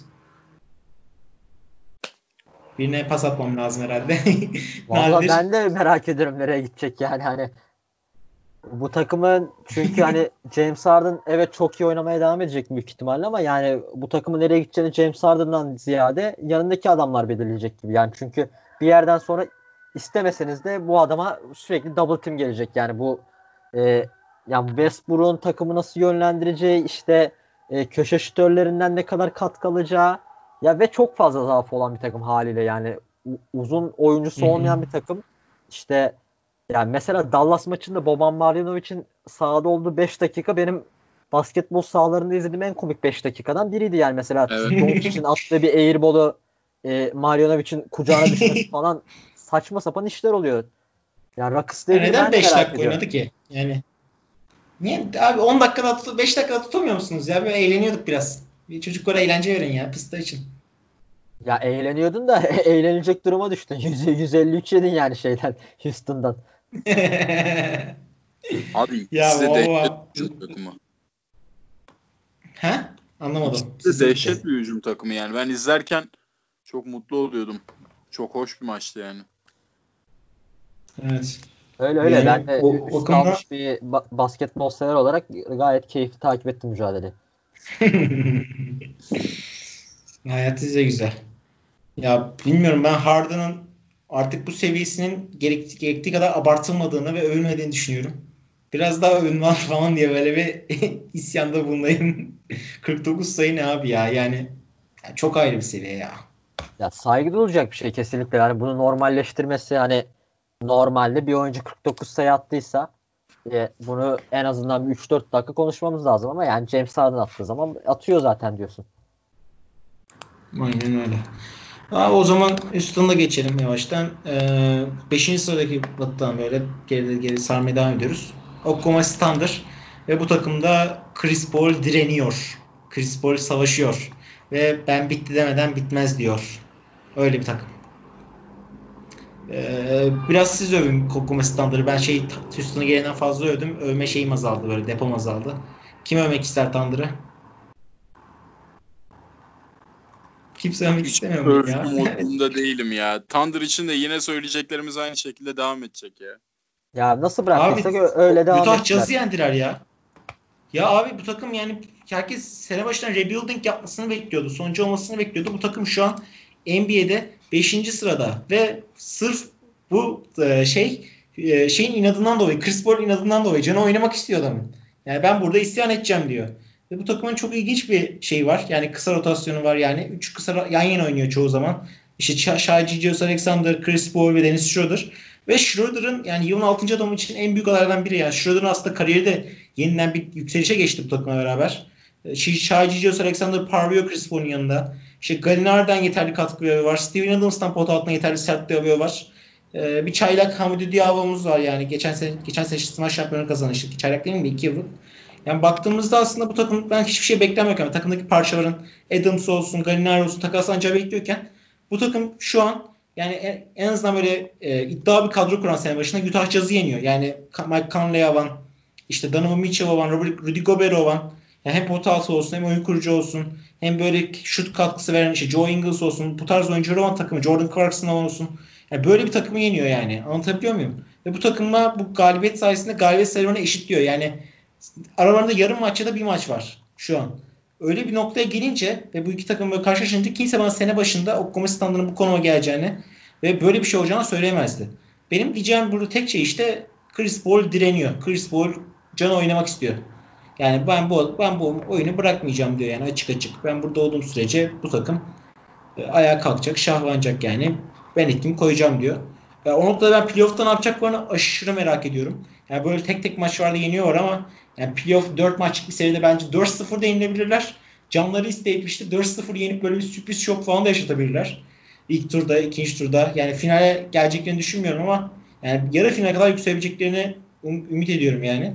Birine pas atmam lazım herhalde. valla Nadir. ben de merak ediyorum nereye gidecek yani hani bu takımın çünkü hani James Harden evet çok iyi oynamaya devam edecek büyük ihtimalle ama yani bu takımın nereye gideceğini James Harden'dan ziyade yanındaki adamlar belirleyecek gibi. Yani çünkü bir yerden sonra istemeseniz de bu adama sürekli double team gelecek. Yani bu e, yani Westbrook'un takımı nasıl yönlendireceği işte e, köşe şütörlerinden ne kadar katkı alacağı ya ve çok fazla zaafı olan bir takım haliyle yani u- uzun oyuncusu olmayan bir takım işte yani mesela Dallas maçında Boban Marjanovic'in sahada olduğu beş dakika benim basketbol sahalarında izlediğim en komik beş dakikadan biriydi yani mesela Evet. Doncic'in attığı bir airball'u e, Marjanovic'in kucağına düşmesi falan saçma sapan işler oluyor. Yani Rockets Ya devrini neden ben de beş merak dakika ediyorum. oynadı ki? Yani niye abi on dakikada tut, beş dakikada tutamıyor musunuz ya? Böyle eğleniyorduk biraz. Bir çocuklara eğlence verin ya pista için. Ya eğleniyordun da eğlenecek duruma düştün. yüz elli üç yedin yani şeyden Houston'dan. Abi Ya ikisi de dehşet valla. bir hücum takımı. He? İkisi Anlamadım. de Sizin dehşet gitti. bir hücum takımı yani. Ben izlerken çok mutlu oluyordum. Çok hoş bir maçtı yani. Evet. Öyle öyle Yani ben de o, o üst bakımdan almış bir ba- basketbol sever olarak gayet keyifli takip ettim mücadeleyi. hayat size güzel. Ya bilmiyorum, ben Harden'ın artık bu seviyesinin gerek, gerektiği kadar abartılmadığını ve övülmediğini düşünüyorum. Biraz daha övünme falan diye böyle bir isyanda bulunayım. kırk dokuz sayı ne abi ya, yani ya çok ayrı bir seviye ya. Ya saygı duyulacak bir şey kesinlikle. Yani bunu normalleştirmesi hani normalde bir oyuncu kırk dokuz sayı attıysa e, bunu en azından bir üç dört dakika konuşmamız lazım ama yani James Harden attığı zaman atıyor zaten diyorsun. Aynen öyle. Abi o zaman Houston'a geçelim yavaştan. Ee, beşinci sıradaki Batı'dan böyle geri geri sarmaya devam ediyoruz. Oklahoma City Thunder ve bu takımda Chris Paul direniyor. Chris Paul savaşıyor ve ben bitti demeden bitmez diyor. Öyle bir takım. Ee, biraz siz övün Oklahoma City Thunder'ı. Ben şey Houston'a gelenden fazla övdüm. Övme şeyim azaldı böyle. Depom azaldı. Kim övmek ister Thunder'ı? Kimse övmek Hiç istemiyor mu övgü ya? modunda değilim ya. Thunder için de yine söyleyeceklerimiz aynı şekilde devam edecek ya. Ya nasıl Abi bıraktıysak ö- öyle devam Utah ettiler. Jazz'ı yendiler ya. Ya abi bu takım yani herkes sene başından rebuilding yapmasını bekliyordu. Sonucu olmasını bekliyordu. Bu takım şu an N B A'de beşinci sırada ve sırf bu e, şey e, şeyin inadından dolayı, Chris Paul'un inadından dolayı canı oynamak istiyor adamın. Yani ben burada isyan edeceğim diyor. Ve bu takımın çok ilginç bir şey var. Yani kısa rotasyonu var yani. Üç kısa yan yana oynuyor çoğu zaman. İşte Shai Gilgeous-Alexander, Chris Paul ve Dennis Schroeder. Ve Schroeder'ın yani yılın altıncı adamı için en büyük adaylardan biri. Yani Schroeder'ın aslında kariyeri de yeniden bir yükselişe geçti bu takımla beraber. Shai Gilgeous-Alexander parlıyor Chris Paul'un yanında. İşte Gallinari'den yeterli katkı veriyor var. Steven Adams'tan pot altına yeterli sertliği alıyor var. Ee, bir çaylak Hamidou Diallo'muz var yani. Geçen sene geçen sene smaç şampiyonu kazanmıştı. Çaylak değil mi? İki yıllık. Yani baktığımızda aslında bu takım ben hiçbir şey beklemiyorum. Yani takımdaki parçaların Adams olsun, Gallinari olsun takaslanacağı bekliyorken bu takım şu an yani en azından böyle e, iddia bir kadro kuran sene başında Utah Jazz'ı yeniyor. Yani Mike Conley olan, işte Donovan Mitchell olan, Rudy Gobert olan, yani hem pot altı olsun hem oyun kurucu olsun hem böyle şut katkısı veren işte Joe Ingles olsun, bu tarz oyuncular olan takımı Jordan Clarkson olsun. Yani böyle bir takımı yeniyor yani. Anlatabiliyor muyum? Ve bu takımla bu galibiyet sayesinde galibiyet sayılarını eşitliyor. Yani aralarında yarım maç ya da bir maç var şu an. Öyle bir noktaya gelince ve bu iki takım böyle karşılaşınca kimse bana sene başında Oklahoma City Thunder'ın bu konuma geleceğini ve böyle bir şey olacağını söyleyemezdi. Benim diyeceğim burada tek şey işte Chris Paul direniyor. Chris Paul canı oynamak istiyor. Yani ben bu ben bu oyunu bırakmayacağım diyor yani açık açık. Ben burada olduğum sürece bu takım e, ayağa kalkacak, şahlanacak yani. Ben etkim koyacağım diyor. Ya o noktada ben playoff'ta ne yapacaklarını aşırı merak ediyorum. Yani böyle tek tek maçlarda yeniyorlar ama yani playoff dört maçlık bir seride bence dört sıfır da yenilebilirler. Canları isteyip işte dört sıfır yenip böyle bir sürpriz şok falan da yaşatabilirler. İlk turda, ikinci turda. Yani finale geleceklerini düşünmüyorum ama yani yarı finale kadar yükselebileceklerini um- ümit ediyorum yani.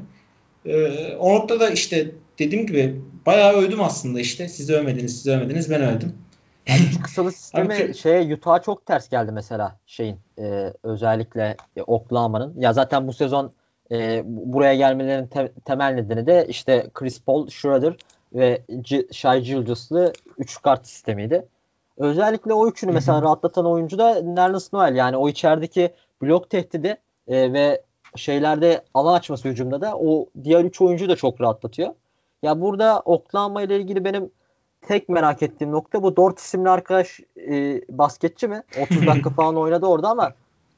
Ee, o noktada işte dediğim gibi bayağı övdüm aslında işte. Siz övmediniz, siz övmediniz, ben övdüm. Yani üç kısalı sistemi Abi, şeye Utah'a çok ters geldi mesela şeyin e, özellikle e, Oklahoma'nın. Ya zaten bu sezon e, buraya gelmelerinin te- temel nedeni de işte Chris Paul, Schroeder ve G- Shai Gilgeous'lı üç kart sistemiydi. Özellikle o üçünü mesela Hı hı. rahatlatan oyuncu da Nerlens Noel. Yani o içerideki blok tehdidi e, ve şeylerde alan açması hücumda da o diğer üç oyuncuyu da çok rahatlatıyor. Ya burada Oklahoma ile ilgili benim tek merak ettiğim nokta bu Dort isimli arkadaş e, basketçi mi? otuz dakika falan oynadı orada ama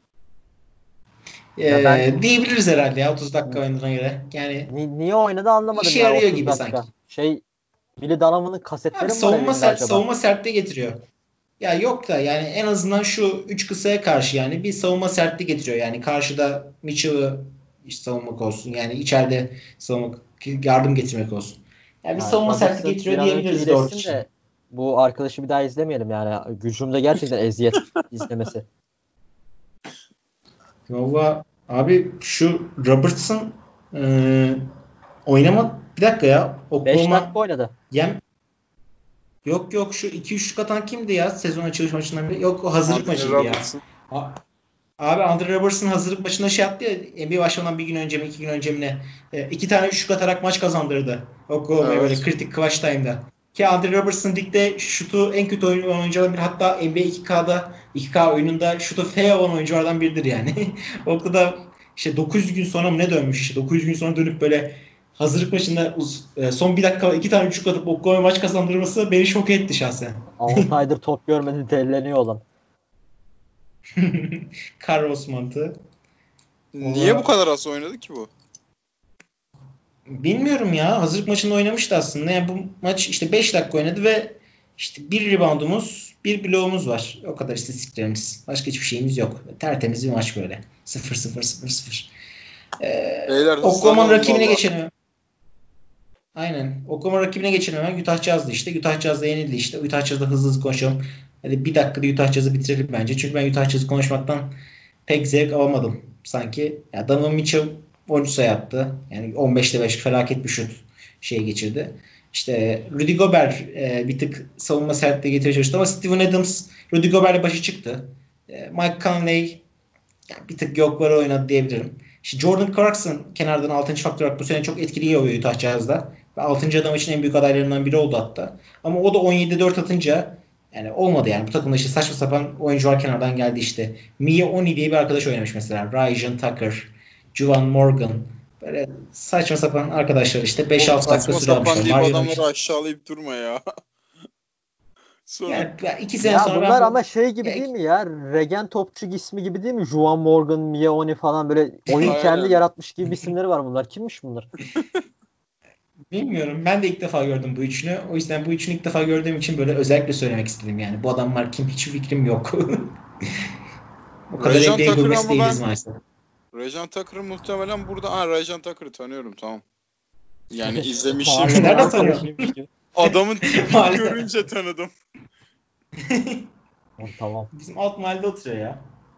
ya ben Ee, diyebiliriz herhalde ya otuz dakika oynadığına göre. Yani ni- niye oynadı anlamadım işe ya yarıyor otuz gibi dakika. sanki. Şey Billy Donovan'ın Abi kasetleri mi var savunma elinde sert, acaba? savunma sertliği getiriyor. Ya yok da yani en azından şu üç kısaya karşı yani bir savunma sertliği getiriyor. Yani karşıda Mitchell'ı işte savunmak olsun. Yani içeride savunmak, yardım getirmek olsun. Yani bir Yani savunma sertliği Robertson bir getiriyor an önce diyebiliriz Dort iyileşsin için. de bu arkadaşı bir daha izlemeyelim yani. Gücümde gerçekten eziyet izlemesi. Valla abi şu Robertson e, oynama bir dakika ya. beş dakika Oklahoma oynadı. yem yok yok şu iki üçlük atan kimdi ya sezon açılış maçından beri? Yok o hazırlık Anthony maçıydı ya. Robertson. A- Abi Andre Robertson hazırlık maçında şey yaptı ya N B A başlamadan bir gün önce mi iki gün önce mi ne e, iki tane üçlük atarak maç kazandırdı. Oklahoma'ya böyle Evet. kritik clutch time'da. Ki Andre Robertson ligde şutu en kötü oyun oyunculardan biri. Hatta N B A iki K'da iki K oyununda şutu F olan oyunculardan biridir yani. O da işte dokuz yüz gün sonra mı ne dönmüş işte dokuz yüz gün sonra dönüp böyle hazırlık maçında uz- e, son bir dakika iki tane üçlük atıp Oklahoma maç kazandırması beni şok etti şahsen. altı aydır top görmedi delleniyor olan. Carlos mantığı. Niye bu Valla kadar az oynadı ki bu? bilmiyorum ya. Hazırlık maçında oynamıştı aslında. Yani bu maç işte beş dakika oynadı ve işte bir reboundumuz, bir bloğumuz var. O kadar istatistiklerimiz. Başka hiçbir şeyimiz yok. Tertemiz bir maç böyle. sıfır sıfır sıfır sıfır. Ee, Beyler Oklahoma'nın hızlanalım rakibine valla. geçelim. Aynen. Oklahoma rakibine geçelim hemen. Utah Jazz'dı işte. Utah Jazz'da yenildi işte. Utah Jazz'da hızlı hızlı konuşalım. Hadi bir dakikada Utah Jazz'ı bitirelim bence. Çünkü ben Utah Jazz'ı konuşmaktan pek zevk alamadım sanki. Ya Donovan Mitchell on üç sayı attı. Yani on beşte beş felaket bir şut şey geçirdi. İşte Rudy Gobert e, bir tık savunma sertliği getirmeye çalıştı ama Steven Adams Rudy Gobert'le başa çıktı. E, Mike Conley yani bir tık yokları oynadı diyebilirim. İşte Jordan Clarkson kenardan altıncı faktör olarak bu sene çok etkili oluyor Utah Jazz'da. Ve altıncı adam için en büyük adaylarından biri oldu hatta. Ama o da on yedi dört atınca yani olmadı yani. Bu takımda işte saçma sapan oyuncular kenardan geldi işte. Mia Oni diye bir arkadaş oynamış mesela. Ryan Tucker, Juwan Morgan. Böyle saçma sapan arkadaşlar işte beş altı dakika süre almışlar. Saçma sapan deyip adamları aşağılayıp durma ya. Sonra... Yani iki sene ya sonra bunlar ben... ama şey gibi ya, değil mi ya? Regen topçu ismi gibi değil mi? Juwan Morgan, Mia Oni falan böyle oyun kendi yaratmış gibi isimleri var bunlar. Kimmiş bunlar? Bilmiyorum. Ben de ilk defa gördüm bu üçünü. O yüzden bu üçünü ilk defa gördüğüm için böyle özellikle söylemek istedim yani. Bu adamlar kim hiç fikrim yok. O kadar N B A gurmesi değiliz maalesef. Rajon Tucker'ı muhtemelen burada... Aa Rajon Tucker'ı tanıyorum tamam. Yani izlemişim. Nerede tanıyorsun? Adamın tipini görünce tanıdım. Tamam. Bizim alt mahallede oturuyor ya.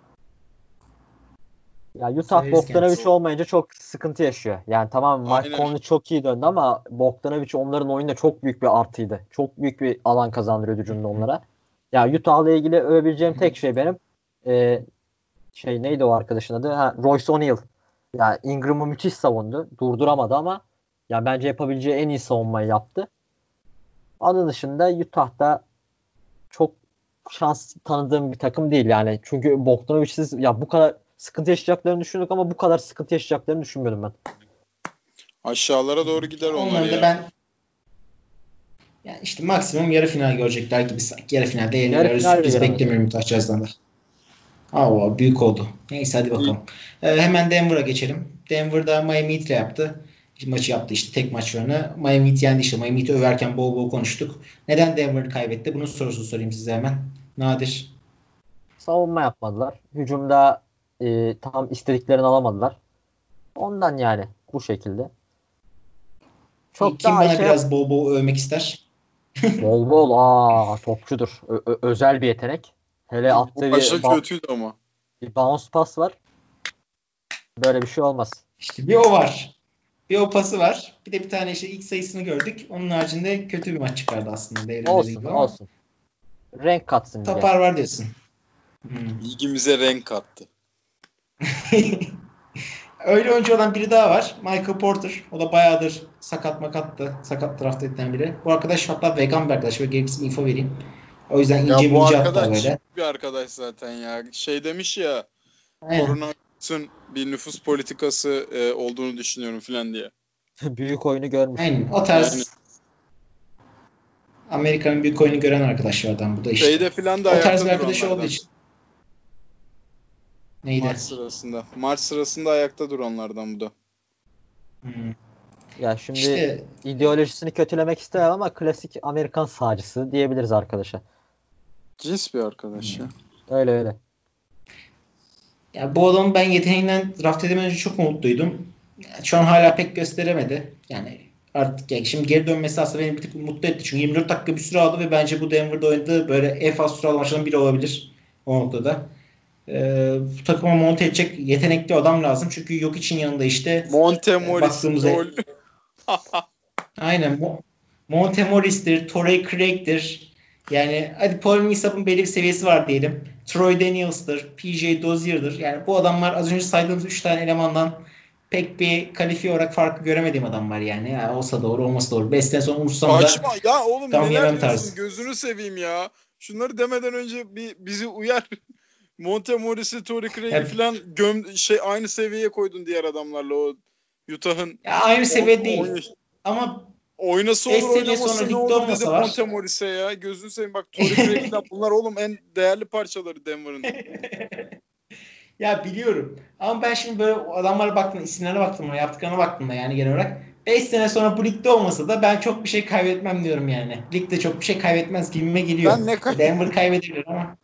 Ya Utah Bogdanovic olmayınca çok sıkıntı yaşıyor. Yani tamam Mike Conley çok iyi döndü ama Bogdanovic onların oyunda çok büyük bir artıydı. Çok büyük bir alan kazandırıyordu cümle onlara. Ya Utah'la ilgili övebileceğim tek şey benim e, şey neydi o arkadaşın adı? Ha, Royce O'Neal. Ya Ingram'ı müthiş savundu. Durduramadı ama ya bence yapabileceği en iyi savunmayı yaptı. Onun dışında Utah'da çok şans tanıdığım bir takım değil yani. Çünkü Bogdanovic'siz ya bu kadar sıkıntı yaşayacaklarını düşündük ama bu kadar sıkıntı yaşayacaklarını düşünmüyordum ben. Aşağılara doğru gider onlar Onları ya. Da ben yani işte maksimum yarı final görecekler gibi sanki. Yarı finalde yenilgileri sürpriz beklemiyorum Utah Jazz'dan da. Aa, büyük oldu. Neyse hadi bakalım. Ee, hemen Denver'a geçelim. Denver'da Miami Heat'le yaptı. Maçı yaptı işte tek maçlarını. Miami Heat yendi işte. Miami Heat'i överken bol bol konuştuk. Neden Denver kaybetti? Bunun sorusunu sorayım size hemen. Nadir. Savunma yapmadılar. Hücumda e, tam istediklerini alamadılar. Ondan yani bu şekilde. Çok Kim bana şey biraz yap- bol bol övmek ister? Bol bol aa topçudur. Ö- ö- özel bir yetenek. Hele attığı bir, ba- kötüydü ama. bir bounce pass var. Böyle bir şey olmaz. İşte bir o var. Bir o pası var. Bir de bir tane işte ilk sayısını gördük. Onun haricinde kötü bir maç çıkardı aslında. Olsun gibi olsun. Ama. Renk katsın. Tapar var diyorsun. Hmm. Ligimize renk kattı. Öyle oyuncu olan biri daha var. Michael Porter. O da bayağıdır sakat makattı. Sakat tarafta edilen biri. Bu arkadaş hatta vegan bir arkadaş. Böyle gereksiz bir info vereyim. O yüzden ince bir ince hatta böyle. Bir arkadaş zaten ya. Şey demiş ya. Koronavirüsün bir nüfus politikası e, olduğunu düşünüyorum filan diye. Büyük oyunu görmüş. Aynen. O tarz yani. Amerika'nın büyük oyunu gören arkadaşlardan bu da işte. Şeyde filan da o tarz bir arkadaşı olduğu için. Neydi? Maç sırasında. Maç sırasında ayakta duranlardan bu da. Hmm. Ya şimdi işte, ideolojisini kötülemek istemem ama klasik Amerikan sağcısı diyebiliriz arkadaşa. Cins bir arkadaş ya. Öyle öyle. Ya bu adamı ben yeteneğinden draft edemeden önce çok umutluydum. Şu an hala pek gösteremedi. Yani artık yani şimdi geri dönmesi aslında beni bir tık mutlu etti. Çünkü yirmi dört dakika bir süre aldı ve bence bu Denver'da oynadığı böyle en fazla süre alan maçlardan biri olabilir o noktada. Ee, bu takıma monte edecek yetenekli adam lazım. Çünkü yok için yanında işte Montemoris e, Aynen. Mo- Montemoris'tir, Torrey Craig'tir. Yani hadi Paul Millsap'ın belli bir seviyesi var diyelim. Troy Daniels'tır, P J Dozier'dır. Yani bu adamlar az önce saydığımız üç tane elemandan pek bir kalifiye olarak farkı göremediğim adamlar yani. yani olsa doğru olmasa doğru. beş sene sonra umursam da Saçma ya oğlum tam neler diyorsun tarzı. Gözünü seveyim ya. Şunları demeden önce bir bizi uyar. Montemoris'i, Torrey Craig'i evet. falan göm şey aynı seviyeye koydun diğer adamlarla o Utah'ın. Ya aynı seviye değil. Oyn- Ama oynası olur oynaması ne olur dedi Montemoris'e ya. Gözünü seveyim bak Torrey Craig'den bunlar oğlum en değerli parçaları Denver'ın. Ya biliyorum. Ama ben şimdi böyle adamlara baktım, isimlerine baktım, yaptıklarına baktım da yani genel olarak. beş sene sonra bu ligde olmasa da ben çok bir şey kaybetmem diyorum yani. Ligde çok bir şey kaybetmez gibime geliyor. Ben ne kay- Denver kaybedebilir ama.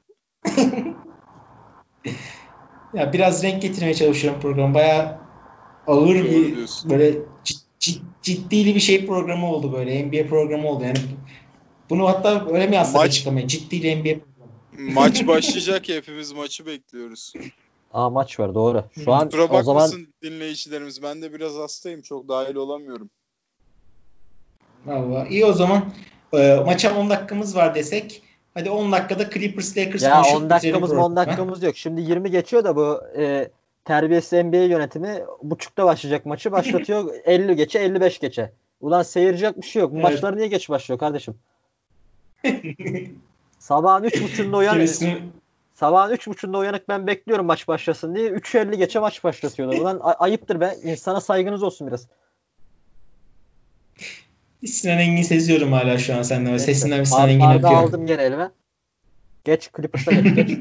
Ya biraz renk getirmeye çalışıyorum programı. Bayağı ağır Doğru bir diyorsun. Böyle cid, cid, ciddili bir şey programı oldu böyle. N B A programı oldu. Yani bunu hatta öyle mi yazsak açıklamaya? Ciddili N B A programı. Maç başlayacak ya hepimiz maçı bekliyoruz. Aa maç var doğru. Şu an Kusura bakmasın zaman... dinleyicilerimiz. Ben de biraz hastayım. Çok dahil olamıyorum. Vallahi iyi o zaman. E, maça on dakikamız var desek. Hadi on dakikada Clippers Lakers Ya konuşup on bitirelim dakikamız on programı. dakikamız yok. Şimdi yirmi geçiyor da bu e, terbiyesiz N B A yönetimi buçukta başlayacak maçı başlatıyor elli geçe elli beş geçe. Ulan seyircek bir şey yok. Bu Evet. maçlar niye geç başlıyor kardeşim? Sabahın üç buçuğunda uyan Kimisini sabahın üç buçuğunda uyanık ben bekliyorum maç başlasın diye. üç elli geçe maç başlatıyorlar. Ulan a- ayıptır be. İnsana saygınız olsun biraz. Sinan Engin seziyorum hala şu an senden. Neyse. Sesinden bir Sinan Bar- Engin bardağı öpüyor. aldım gene elime. Geç Clippers'a geç geç.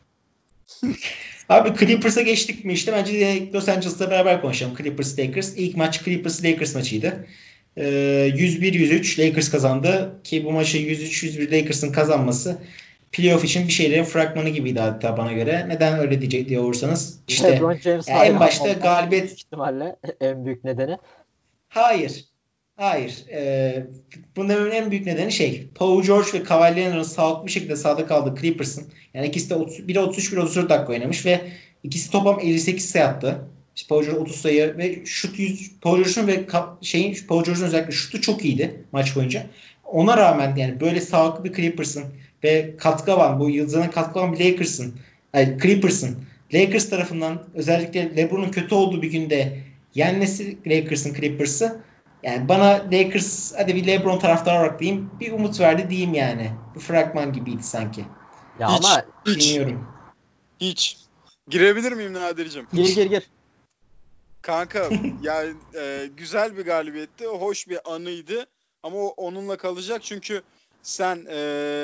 Abi Clippers'a geçtik mi işte bence de Los Angeles'la beraber konuşalım. Clippers Lakers. İlk maç Clippers Lakers maçıydı. Ee, yüz bir yüz üç Lakers kazandı ki bu maçı yüz üç yüz bir Lakers'ın kazanması playoff için bir şeylerin fragmanı gibiydi hatta bana göre. Neden öyle diyecek diye olursanız işte LeBron James yani en hayran başta olmanın galibiyet büyük ihtimalle en büyük nedeni. hayır. Hayır. Ee, bunların en büyük nedeni şey. Paul George ve Kawhi Leonard'ın sağlıklı bir şekilde sahada kaldığı Clippers'ın. Yani ikisi de otuz, biri otuz üç biri otuz dört dakika oynamış ve ikisi toplam elli sekiz sayı attı. İşte Paul George otuz sayı ve şut yüz Paul George'un ve şeyin Paul George'un özellikle şutu çok iyiydi maç boyunca. Ona rağmen yani böyle sağlıklı bir Clippers'ın ve katkı alan bu yıldızına katkı alan bir Lakers'ın yani Clippers'ın Lakers tarafından özellikle LeBron'un kötü olduğu bir günde yenmesi Lakers'ın Clippers'ı yani bana Lakers hadi bir LeBron taraftarı olarak diyeyim bir umut verdi diyeyim yani. Bu fragman gibiydi sanki. Ya Hiç, ama hiç, Bilmiyorum. hiç. Girebilir miyim Nadir'cim? gir gir gir. Kanka yani e, güzel bir galibiyetti. Hoş bir anıydı. Ama o onunla kalacak çünkü sen e,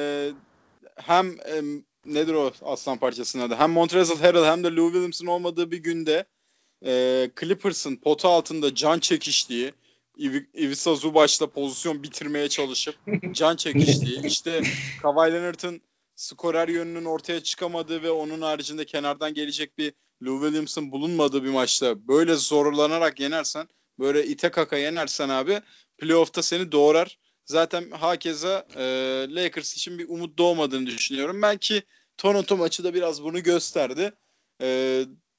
hem e, nedir o aslan parçasının adı? Hem Montrezl Harrell hem de Lou Williams'ın olmadığı bir günde e, Clippers'ın pota altında can çekiştiği, Ivi- Ivica Zubac'la pozisyon bitirmeye çalışıp can çekiştiği, işte Kawhi Leonard'ın skorer yönünün ortaya çıkamadığı ve onun haricinde kenardan gelecek bir Lou Williams'ın bulunmadığı bir maçta böyle zorlanarak yenersen, böyle ite kaka yenersen abi playoff'ta seni doğrar. Zaten hakeza e, Lakers için bir umut doğmadığını düşünüyorum. Belki Toronto maçı da biraz bunu gösterdi. E,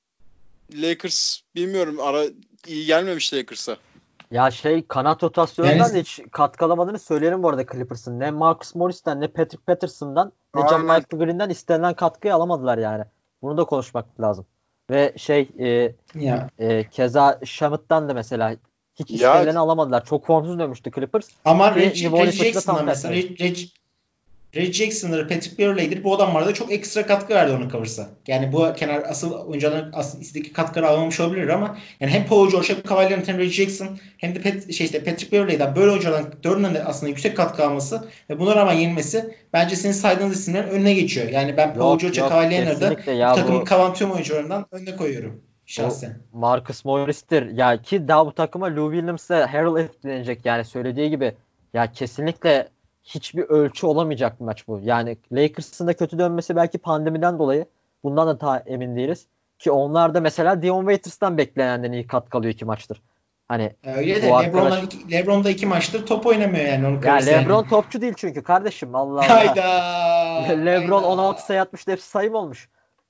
Lakers bilmiyorum ara iyi gelmemiş Lakers'a. Ya şey kanat rotasyonundan Yani- da hiç katkılamadığını söyleyelim bu arada Clippers'ın. Ne Marcus Morris'ten ne Patrick Patterson'dan ne Aynen. Jamal Green'den istenilen katkıyı alamadılar yani. Bunu da konuşmak lazım. Ve şey e, Ya e, keza Shamit'ten de mesela hiç Ya- istenileni alamadılar. Çok formsuz dönmüştü Clippers. ama Ve Reg, New Orleans Reggie maçı da Jackson'lar tam mesela tersine. Reg, Reg, Reggie Jackson'ları Patrick Beverley'dir. Bu adamlar da çok ekstra katkı verdi onu coversa. Yani bu kenar asıl oyuncuların asıl istediği katkıları almamış olabilir ama yani hem Paul George hem Kawhi Leonard hem Reggie Jackson hem de Pat, şey işte Patrick Beverley'den böyle oyuncuların dördünün de aslında yüksek katkı alması ve buna rağmen yenilmesi bence senin saydığınız isimlerin önüne geçiyor. Yani ben Paul Yok, George ve yok, Kawhi Leonard'ı kesinlikle ya, takımın bu- kalan tüm oyuncularından önüne koyuyorum şahsen. Marcus Morris'tir. Ya ki daha bu takıma Lou Williams'la Harrell etkilenecek yani söylediği gibi. Ya kesinlikle hiçbir ölçü olamayacak bir maç bu. Yani Lakers'ın da kötü dönmesi belki pandemiden dolayı. Bundan da daha emin değiliz. Ki onlar da mesela Dion Waiters'tan beklenenden iyi katkı alıyor iki maçtır. Hani Öyle de bu LeBron'da arkadaş- iki, LeBron'da iki maçtır top oynamıyor yani onu ya coversa LeBron yani. topçu değil çünkü kardeşim. Allah Allah. Hayda. LeBron hayda. on altı sayı atmış da hepsi sayım olmuş.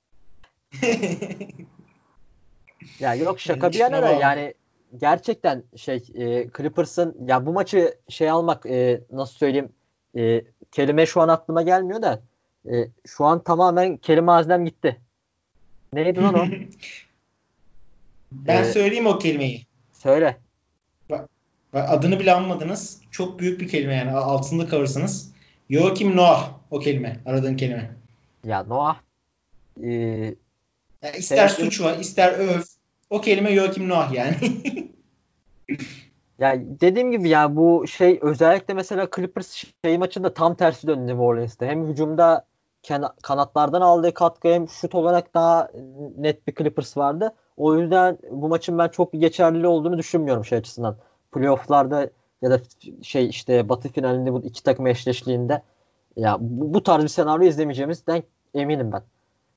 Ya yok şaka bir yana da Bravo. yani gerçekten şey e, Clippers'ın ya bu maçı şey almak e, nasıl söyleyeyim e, kelime şu an aklıma gelmiyor da e, şu an tamamen kelime hazinem gitti. Neydi lan o? Ben Ee, söyleyeyim o kelimeyi. Söyle. Bak, bak adını bile anmadınız. Çok büyük bir kelime yani. Altında kalırsınız. Joachim Noah o kelime. Aradığın kelime. Ya Noah e, Yani ister Sevgili- suç var, ister öv. O kelime Joachim Noah yani. ya dediğim gibi ya bu şey özellikle mesela Clippers şey maçında tam tersi döndü New Orleans'ta. Hem hücumda ken- kanatlardan aldığı katkı hem şut olarak daha net bir Clippers vardı. O yüzden bu maçın ben çok geçerli olduğunu düşünmüyorum şey açısından. Playoff'larda ya da şey işte Batı finalinde bu iki takım eşleştiğinde ya bu, bu tarz bir senaryo izlemeyeceğimizden eminim ben.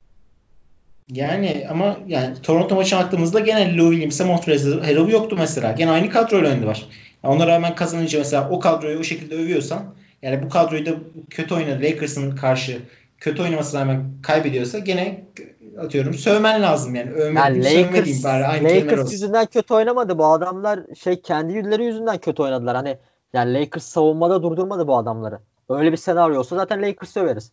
Yani ama yani Toronto maçına baktığımızda gene Lou Williams'e Montrezl Harrell yoktu mesela. Gene aynı kadroyla oynadılar. Yani ona rağmen kazanınca mesela o kadroyu o şekilde övüyorsan yani bu kadroyu da kötü oynadı Lakers'ın karşı kötü oynamasına rağmen kaybediyorsa gene atıyorum sövmen lazım yani. Övme, Yani sövme diyeyim Lakers, bari aynı kelime Lakers olsun. yüzünden kötü oynamadı. Bu adamlar şey kendi yüzleri yüzünden kötü oynadılar. Hani Yani Lakers savunmada durdurmadı bu adamları. Öyle bir senaryo olsa zaten Lakers söveriz.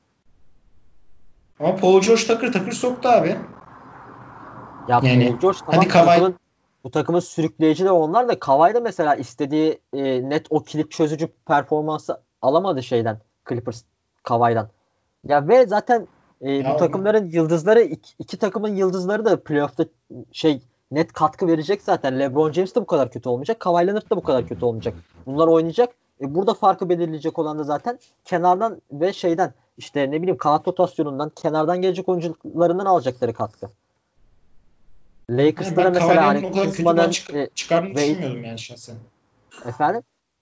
Ama Paul George takır takır soktu abi. Ya Yani Paul George hadi tamam bu Kawhi takımın, bu takımın sürükleyici de onlar da Kawhi da mesela istediği e, net o kilit çözücü performansı alamadı şeyden Clippers Kawhi'dan. Ya ve zaten e, bu ya onu takımların yıldızları iki, iki takımın yıldızları da playoff'ta şey net katkı verecek zaten. LeBron James de bu kadar kötü olmayacak. Kawhi Leonard da bu kadar kötü olmayacak. Bunlar oynayacak. E, burada farkı belirleyecek olan da zaten kenardan ve şeyden işte ne bileyim kanat rotasyonundan kenardan gelecek oyuncularından alacakları katkı. yani Lakers'ta da ben mesela Kawhi'lerin hani o kadar kötü Kuzma'nın maç çık- e, çıkardığını ve düşünmüyordum yani şahsen. efendim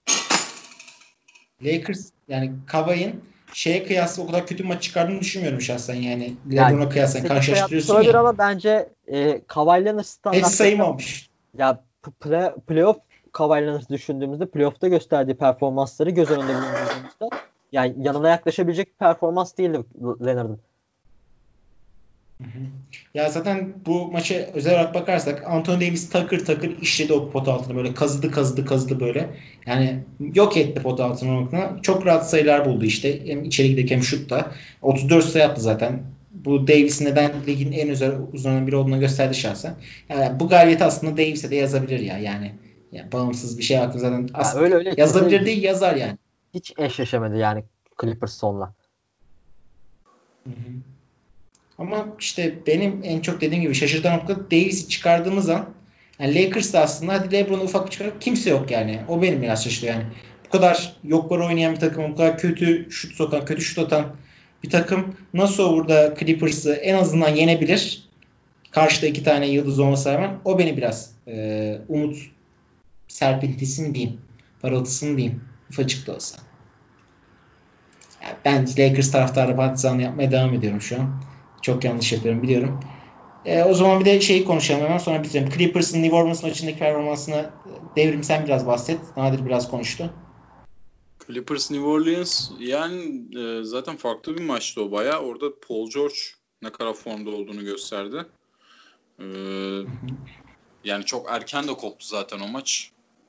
Lakers yani Kawhi'nin şeye kıyasla o kadar kötü maç çıkardığını düşünmüyorum şahsen yani. yani LeBron'a kıyasla istediği şey yapmış karşılaştırıyorsun olabilir ya. ama bence e, Kawhi Leonard Hepsi standartlarında sayılmamış. ya play, playoff Kawhi Leonard'ı düşündüğümüzde playoff'ta gösterdiği performansları göz önünde bulundurduğumuzda yani yanına yaklaşabilecek bir performans değildi Leonard'ın. Hı hı. Ya zaten bu maça özel olarak bakarsak Anthony Davis takır takır işledi o pot altını böyle kazıdı kazıdı kazıdı böyle. Yani yok etti pot altını noktasına. Çok rahat sayılar buldu işte. Hem içeri giderken hem şutta. otuz dört sayı yaptı zaten. Bu Davis neden ligin en özel uzunlarından biri olduğunu gösterdi şahsen. Yani bu galibiyeti aslında Davis'e de yazabilir ya yani. Yani bağımsız bir şey hakkında zaten Ya as- öyle öyle yazabilir kesinlikle değil yazar yani. hiç eşleşemedi yani Clippers sonla. Hı hı. Ama işte benim en çok dediğim gibi şaşırtan nokta Davis'i çıkardığımız an yani Lakers'ta aslında hadi LeBron'u ufak çıkarıp kimse yok yani. O benim biraz şaşırtıyor yani. Bu kadar yoklar oynayan bir takım, bu kadar kötü şut sokan, kötü şut atan bir takım nasıl burada Clippers'ı en azından yenebilir? Karşıda iki tane yıldız olmasına rağmen o beni biraz e, umut serpintisi mi diyeyim, parıltısı mı diyeyim, ufacık da olsa. Yani ben Lakers taraftarı partizanı yapmaya devam ediyorum şu an. Çok yanlış yapıyorum biliyorum. E, o zaman bir de şeyi konuşalım hemen sonra bitirelim. Clippers'ın New Orleans maçındaki performansına Devrim sen biraz bahset. Nadir biraz konuştu. Clippers New Orleans yani e, zaten farklı bir maçtı o bayağı. Orada Paul George ne kadar formda olduğunu gösterdi. E, yani çok erken de koptu zaten o maç.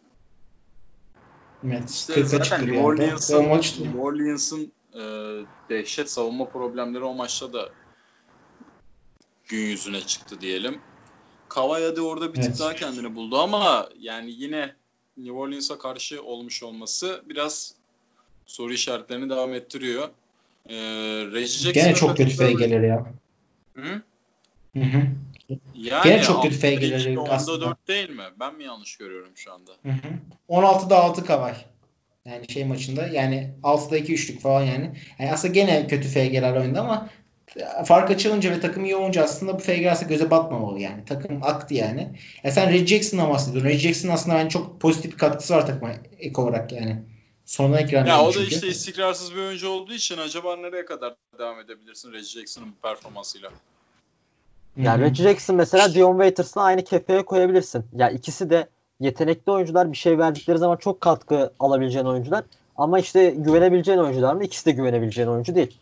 Evet. İşte kırka zaten çıktı bir New anda. Ve o Orleans'ın maç New Orleans'ın e, dehşet savunma problemleri o maçta da gün yüzüne çıktı diyelim. Kawhi hadi orada bir tık evet. daha kendini buldu ama yani yine New Orleans'a karşı olmuş olması biraz soru işaretlerini devam ettiriyor. Ee, Reggie Jackson'a Gene çok kötü F katılıyorum. G'leri ya. Hı? Hı hı. Yani Gene çok kötü altıda F iki, G'leri onda aslında. dört değil mi? Ben mi yanlış görüyorum şu anda? Hı hı. on altıda altı Kawhi. Yani şey maçında yani altıda iki üçlük falan yani. Yani aslında gene kötü F G'ler oynadı ama fark açılınca ve takım iyi olunca aslında bu F G aslında göze batmamalı yani. Takım aktı yani. Ya sen Reggie Jackson'dan bahsediyorsun. Reggie Jackson aslında bence çok pozitif bir katkısı var takıma ek olarak yani. Sonradan ekran Ya geldi o da çünkü. işte istikrarsız bir oyuncu olduğu için acaba nereye kadar devam edebilirsin Reggie Jackson'ın performansıyla? Yani Reggie Jackson mesela Dion Waiters'la aynı kefeye koyabilirsin. Ya ikisi de yetenekli oyuncular, bir şey verdikleri zaman çok katkı alabileceğin oyuncular. Ama işte güvenebileceğin oyuncular mı? İkisi de güvenebileceğin oyuncu değil.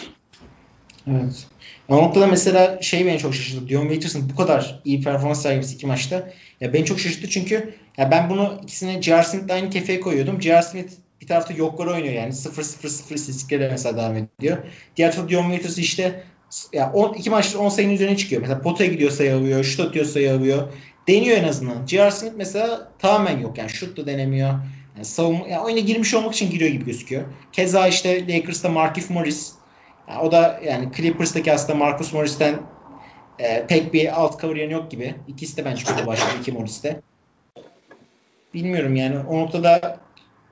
Evet. O noktada mesela şey beni çok şaşırttı. Dion Waiters'ın bu kadar iyi performans sergilemesi iki maçta. Ya beni çok şaşırttı çünkü ya ben bunu ikisini J R. Smith'le aynı kefeye koyuyordum. J R. Smith bir tarafta yokları oynuyor yani. sıfır sıfır sıfır istatistikleri mesela devam ediyor. Diğer tarafta Dion Waiters işte ya on, iki maçtır on sayının üzerine çıkıyor. Mesela potaya gidiyor sayı alıyor. Şut atıyor sayı alıyor. Deniyor en azından. J R. Smith mesela tamamen yok. Yani şut da denemiyor. Yani savunma, yani oyuna girmiş olmak için giriyor gibi gözüküyor. Keza işte Lakers'ta Markieff Morris. Yani o da yani Clippers'taki aslında Marcus Morris'ten e, pek bir alt cover yanı yok gibi. İkisi de bence kötü başladı iki Morris'te. Bilmiyorum yani o noktada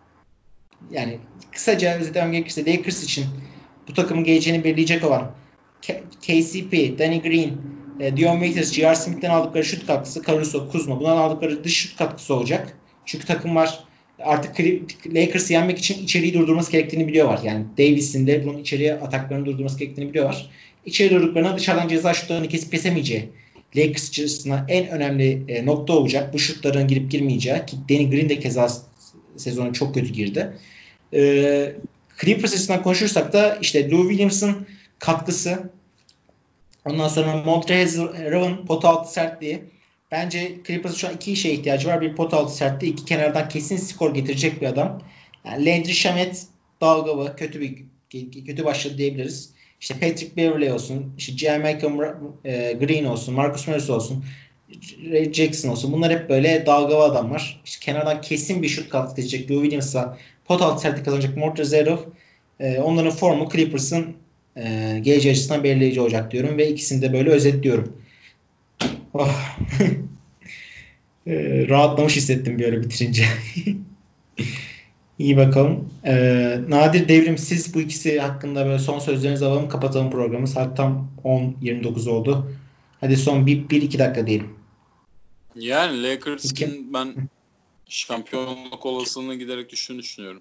yani kısaca özetlemem gerekirse Lakers için bu takımın geleceğini belirleyecek olan K- KCP, Danny Green, e, Dion Waiters, J R. Smith'ten aldıkları şut katkısı, Caruso, Kuzma bundan aldıkları dış şut katkısı olacak. Çünkü takımlar artık Lakers'ı yenmek için içeriği durdurması gerektiğini biliyorlar. Yani Davis'in de bunun içeriye ataklarını durdurması gerektiğini biliyorlar. İçeri durduklarına dışarıdan ceza şutlarını kesip kesemeyeceği Lakers açısından en önemli e, nokta olacak. Bu şutların girip girmeyeceği ki Danny Green de keza sezonu çok kötü girdi. E, Clippers açısından konuşursak da işte Lou Williams'ın katkısı, ondan sonra Montrezl Harrell'ın pot altı sertliği, Bence Clippers'ın şu an iki şeye ihtiyacı var. Bir pot altı sertliği, iki kenardan kesin skor getirecek bir adam. Yani Landry Shamet dalgalı, kötü bir kötü başladı diyebiliriz. İşte Patrick Beverley olsun, işte J. Michael e, Green olsun, Marcus Morris olsun, Ray Jackson olsun. Bunlar hep böyle dalgalı adamlar. İşte kenardan kesin bir şut katkı edecek. Lou Williams'a pot altı sertlik kazanacak Mortezerov. E, onların formu Clippers'ın e, geleceği açısından belirleyici olacak diyorum ve ikisini de böyle özetliyorum. Oh. e, rahatlamış hissettim bir ara bitirince. İyi bakalım. Ee, Nadir Devrim, siz bu ikisi hakkında böyle son sözlerinizi alalım. Kapatalım programı. Saat tam on yirmi dokuz oldu. Hadi son bir iki dakika diyelim. Yani Lakers'ın ben şampiyonluk olasılığını giderek düştüğünü düşünüyorum.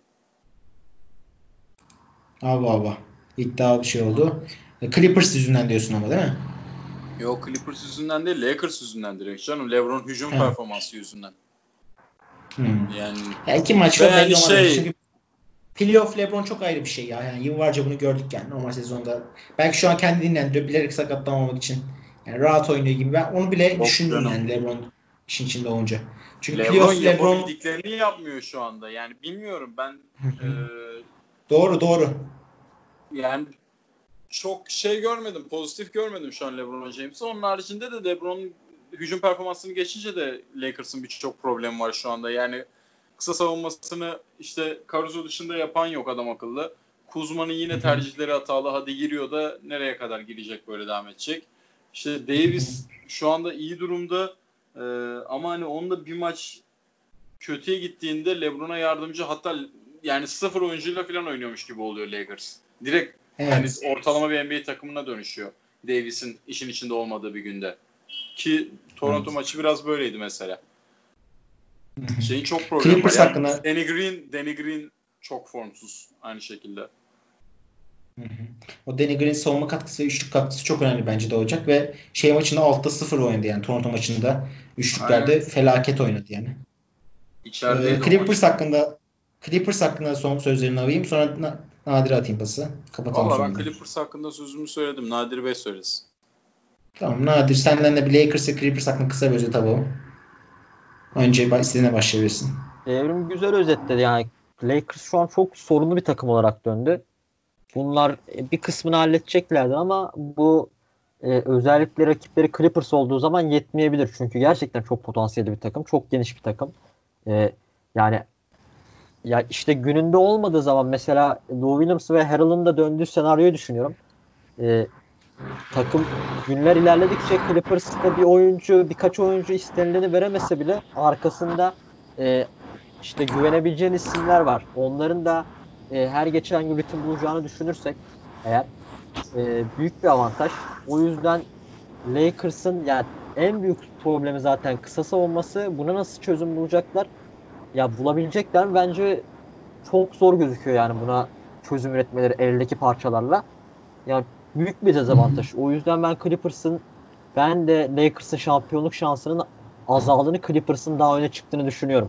Allah Allah. İddialı bir şey oldu. Clippers yüzünden diyorsun ama değil mi? Yok, Clippers yüzünden değil, Lakers yüzünden direkt canım. LeBron hücum He. performansı yüzünden. Hmm. Yani ya iki maç var yani belli olmadı. şey... Çünkü playoff LeBron çok ayrı bir şey ya. Yani yıllarca bunu gördük yani normal sezonda. Belki şu an kendini dinlendiriyor bilerek sakatlanmamak için. Yani rahat oynuyor gibi. Ben onu bile Yok düşündüm canım. yani LeBron işin içinde olunca. Çünkü LeBron playoff LeBron yapabildiklerini yapmıyor şu anda. Yani bilmiyorum ben e, doğru doğru. yani çok şey görmedim, pozitif görmedim şu an LeBron James'i. Onun haricinde de LeBron'un hücum performansını geçince de Lakers'ın birçok problemi var şu anda. Yani kısa savunmasını işte Caruso dışında yapan yok adam akıllı. Kuzma'nın yine tercihleri hatalı. Hadi giriyor da nereye kadar girecek, böyle devam edecek. İşte Davis şu anda iyi durumda. Ee, ama hani onda bir maç kötüye gittiğinde LeBron'a yardımcı, hatta yani sıfır oyuncuyla falan oynuyormuş gibi oluyor Lakers. Direkt Evet. hani ortalama bir N B A takımına dönüşüyor. Davis'in işin içinde olmadığı bir günde. Ki Toronto Evet. maçı biraz böyleydi mesela. Şeyin çok problemi var. Clippers Yani hakkında Danny Green, Danny Green çok formsuz aynı şekilde. Hı hı. O Danny Green savunma katkısı ve üçlük katkısı çok önemli bence de olacak ve şey maçında altta sıfır oynadı yani Toronto maçında üçlüklerde Aynen. felaket oynadı yani. İçerideydi Ee, o Clippers maç. hakkında Clippers hakkında son sözlerini alayım. Sonra Na- Nadir'e atayım pası. Kapatalım Valla ben sonunda. Clippers hakkında sözümü söyledim. Nadir Bey söylesin. Tamam Nadir, senden de bir Lakers ve Clippers hakkında kısa bir özet alalım. Önce ba- istediğine başlayabilirsin. Evrim güzel özetledi yani. Lakers şu an çok sorunlu bir takım olarak döndü. Bunlar e, bir kısmını halledeceklerdi ama bu e, özellikle rakipleri Clippers olduğu zaman yetmeyebilir. Çünkü gerçekten çok potansiyelli bir takım. Çok geniş bir takım. E, yani ya işte gününde olmadığı zaman mesela Lou Williams ve Harrell'ın da döndüğü senaryoyu düşünüyorum. E, takım günler ilerledikçe Clippers'ta bir oyuncu, birkaç oyuncu istenileni veremese bile arkasında e, işte güvenebileceğin isimler var. Onların da e, her geçen gün ritim bulacağını düşünürsek eğer e, büyük bir avantaj. O yüzden Lakers'ın yani en büyük problemi zaten kısa savunması. Buna nasıl çözüm bulacaklar? Ya bulabilecekler mi? Bence çok zor gözüküyor yani buna çözüm üretmeleri eldeki parçalarla. Yani büyük bir dezavantaj. O yüzden ben Clippers'ın ben de Lakers'ın şampiyonluk şansının azaldığını, Clippers'ın daha öne çıktığını düşünüyorum.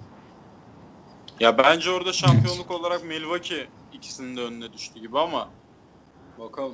Ya bence orada şampiyonluk olarak Milwaukee ikisinin de önüne düştü gibi ama bakalım.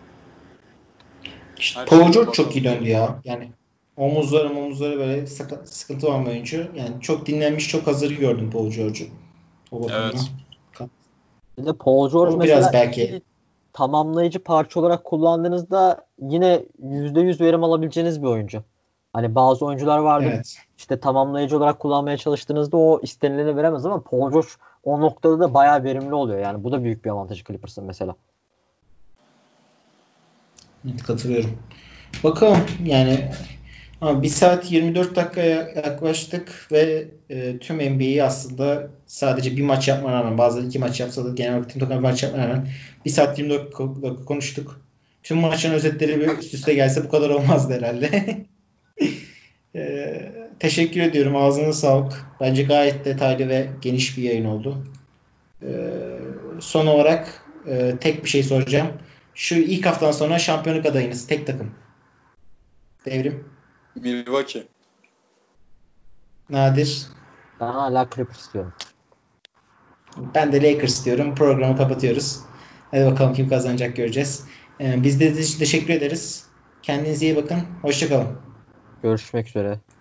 İşte Her Paul şeye George çok bakalım. iyi döndü ya. Yani omuzları omuzları böyle sakat, sıkıntı olan bir oyuncu. Yani çok dinlenmiş, çok hazır gördüm Paul George'u. O bakımdan. Evet. Bir de Paul George O mesela biraz belki bir tamamlayıcı parça olarak kullandığınızda yine yüzde yüz verim alabileceğiniz bir oyuncu. Hani bazı oyuncular vardır evet. işte tamamlayıcı olarak kullanmaya çalıştığınızda o istenileni veremez ama Paul George o noktada da bayağı verimli oluyor. Yani bu da büyük bir avantajı Clippers'ın mesela. Evet, katılıyorum. Bakalım yani ama bir saat yirmi dört dakikaya yaklaştık ve e, tüm N B A'yi aslında sadece bir maç yapmana rağmen, bazen iki maç yapsa da genel olarak tüm takımlar bir maç yapmana rağmen bir saat yirmi dört dakika konuştuk. Tüm maçın özetleri bir üst üste gelse bu kadar olmazdı herhalde. e, teşekkür ediyorum. Ağzına sağlık. Bence gayet detaylı ve geniş bir yayın oldu. E, son olarak e, tek bir şey soracağım. Şu ilk haftadan sonra şampiyonluk adayınız tek takım. Devrim. Milwaukee. Nadir. Ben hala Clippers diyorum. Ben de Lakers diyorum. Programı kapatıyoruz. Hadi bakalım kim kazanacak göreceğiz. Ee, biz de teşekkür ederiz. Kendinize iyi bakın. Hoşça kalın. Görüşmek üzere.